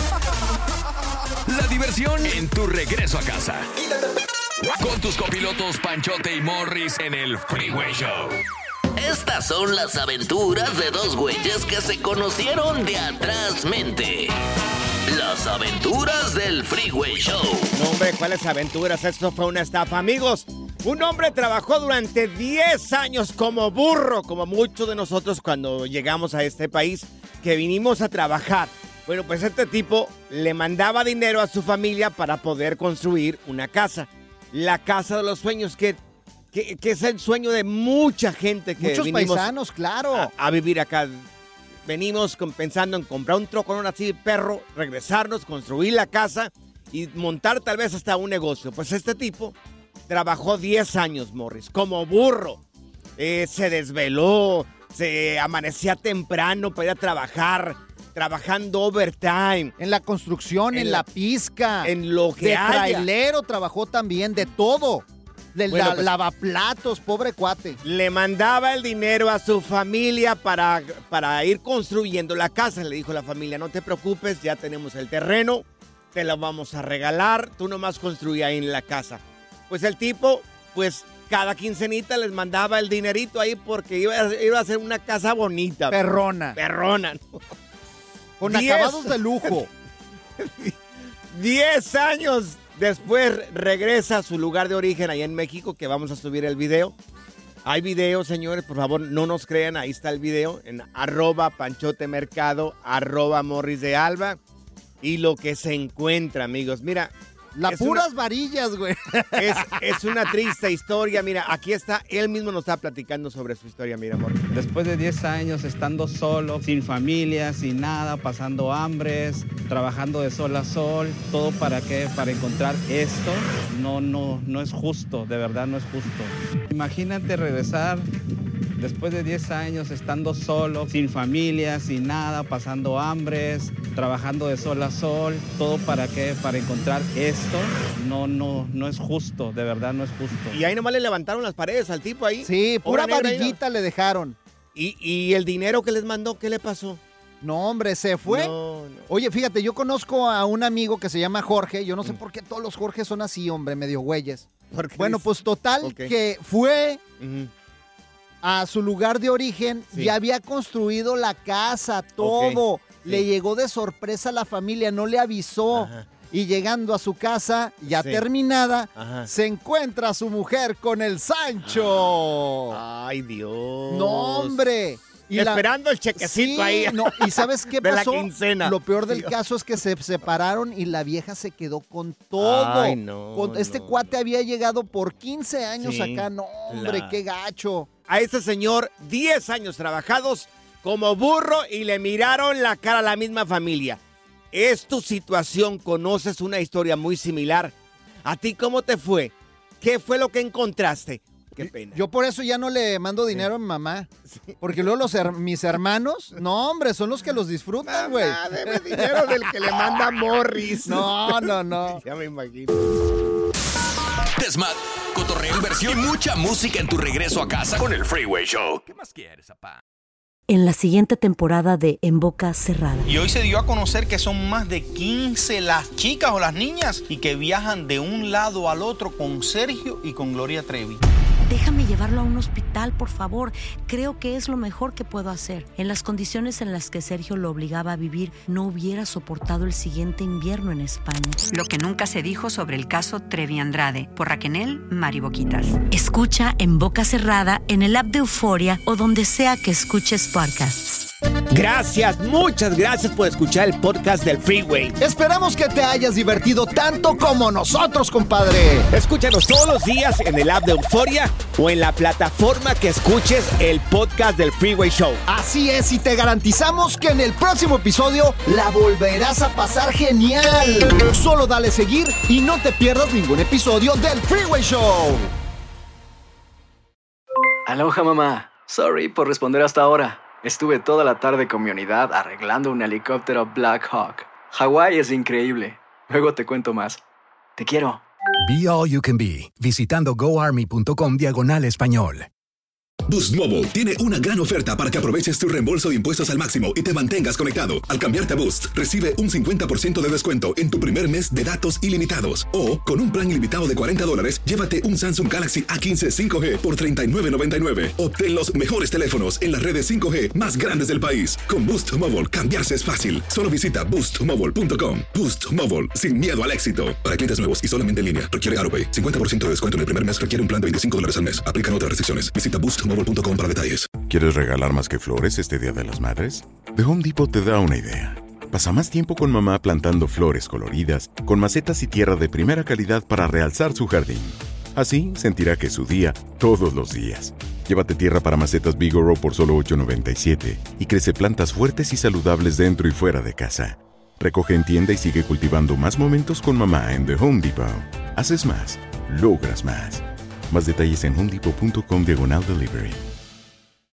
La diversión en tu regreso a casa. Con tus copilotos Panchote y Morris en el Freeway Show. Estas son las aventuras de dos güeyes que se conocieron de atrás mente. Las aventuras del Freeway Show. No, hombre, ¿cuáles aventuras? Esto fue una estafa. Amigos, un hombre trabajó durante 10 años como burro, como muchos de nosotros cuando llegamos a este país, que vinimos a trabajar. Bueno, pues este tipo le mandaba dinero a su familia para poder construir una casa. La casa de los sueños, que es el sueño de mucha gente que Muchos vinimos paisanos, claro. a vivir acá. Venimos pensando en comprar un trocón así de perro, regresarnos, construir la casa y montar tal vez hasta un negocio. Pues este tipo trabajó 10 años, Morris, como burro. Se desveló, se amanecía temprano para ir a trabajar, trabajando overtime. En la construcción, en la pizca. En lo que de haya. trailero trabajó también, de todo. Del Bueno, pues, lavaplatos, pobre cuate. Le mandaba el dinero a su familia para ir construyendo la casa. Le dijo a la familia, no te preocupes, ya tenemos el terreno, te lo vamos a regalar, tú nomás construí ahí en la casa. Pues el tipo, pues cada quincenita les mandaba el dinerito ahí porque iba a ser una casa bonita. Perrona. Perrona, ¿no? Con acabados de lujo. 10 años después regresa a su lugar de origen allá en México, que vamos a subir el video. Hay video, señores, por favor, no nos crean, ahí está el video en @panchotemercado, @Morris de Alba. Y lo que se encuentra, amigos, mira. Puras varillas, güey. Es una triste historia. Mira, aquí está, él mismo nos está platicando sobre su historia, mira, amor. Después de 10 años estando solo, sin familia, sin nada, pasando hambres, trabajando de sol a sol, ¿todo para qué? Para encontrar esto. No es justo, de verdad no es justo. Imagínate regresar después de 10 años estando solo, sin familia, sin nada, pasando hambres, trabajando de sol a sol, ¿todo para qué? Para encontrar esto. No es justo, de verdad no es justo. Y ahí nomás le levantaron las paredes al tipo ahí. Sí, pura varillita le dejaron. ¿Y el dinero que les mandó, qué le pasó? No, hombre, se fue. No. Oye, fíjate, yo conozco a un amigo que se llama Jorge. Yo no sé por qué todos los Jorges son así, hombre, medio güeyes. Bueno, pues total, que fue a su lugar de origen, ya había construido la casa, todo. Le llegó de sorpresa a la familia, no le avisó. Ajá. Y llegando a su casa, ya terminada, se encuentra a su mujer con el Sancho. ¡Ay, Dios! ¡No, hombre! Y esperando el chequecito ahí. No, ¿y sabes qué de pasó? La quincena. Lo peor del caso es que se separaron y la vieja se quedó con todo. Ay, no. Este cuate había llegado por 15 años acá. No, hombre, qué gacho. A ese señor, 10 años trabajados como burro y le miraron la cara a la misma familia. ¿Es tu situación? ¿Conoces una historia muy similar? ¿A ti cómo te fue? ¿Qué fue lo que encontraste? Qué pena. Yo por eso ya no le mando dinero a mi mamá. Porque luego mis hermanos, no, hombre, son los que los disfrutan, güey. Deme dinero del que le manda Morris. No. Ya me imagino. Desmad, cotorreo, inversión y mucha música en tu regreso a casa con el Freeway Show. ¿Qué más quieres, papá? En la siguiente temporada de En Boca Cerrada. Y hoy se dio a conocer que son más de 15 las chicas o las niñas y que viajan de un lado al otro con Sergio y con Gloria Trevi. Déjame llevarlo a un hospital, por favor. Creo que es lo mejor que puedo hacer. En las condiciones en las que Sergio lo obligaba a vivir, no hubiera soportado el siguiente invierno en España. Lo que nunca se dijo sobre el caso Trevi Andrade, por Raquel Mariboquitas. Escucha En Boca Cerrada, en el app de Euforia o donde sea que escuches podcasts. Gracias, muchas gracias por escuchar el podcast del Freeway. Esperamos que te hayas divertido tanto como nosotros, compadre. Escúchanos todos los días en el app de Euforia o en la plataforma que escuches el podcast del Freeway Show. Así es, y te garantizamos que en el próximo episodio la volverás a pasar genial. Solo dale seguir y no te pierdas ningún episodio del Freeway Show. Aloha, mamá. Sorry por responder hasta ahora. Estuve toda la tarde con mi unidad arreglando un helicóptero Black Hawk. Hawái es increíble. Luego te cuento más. Te quiero. Be All You Can Be, visitando goarmy.com/español. Boost Mobile tiene una gran oferta para que aproveches tu reembolso de impuestos al máximo y te mantengas conectado. Al cambiarte a Boost, recibe un 50% de descuento en tu primer mes de datos ilimitados. O, con un plan ilimitado de $40, llévate un Samsung Galaxy A15 5G por $39.99. Obtén los mejores teléfonos en las redes 5G más grandes del país. Con Boost Mobile, cambiarse es fácil. Solo visita boostmobile.com. Boost Mobile, sin miedo al éxito. Para clientes nuevos y solamente en línea, requiere AutoPay. 50% de descuento en el primer mes requiere un plan de $25 al mes. Aplican otras restricciones. Visita boostmobile.com para detalles. ¿Quieres regalar más que flores este Día de las Madres? The Home Depot te da una idea. Pasa más tiempo con mamá plantando flores coloridas, con macetas y tierra de primera calidad para realzar su jardín. Así sentirá que es su día todos los días. Llévate tierra para macetas Vigoro por solo $8.97 y crece plantas fuertes y saludables dentro y fuera de casa. Recoge en tienda y sigue cultivando más momentos con mamá en The Home Depot. Haces más, logras más. Más detalles en homedepot.com/delivery.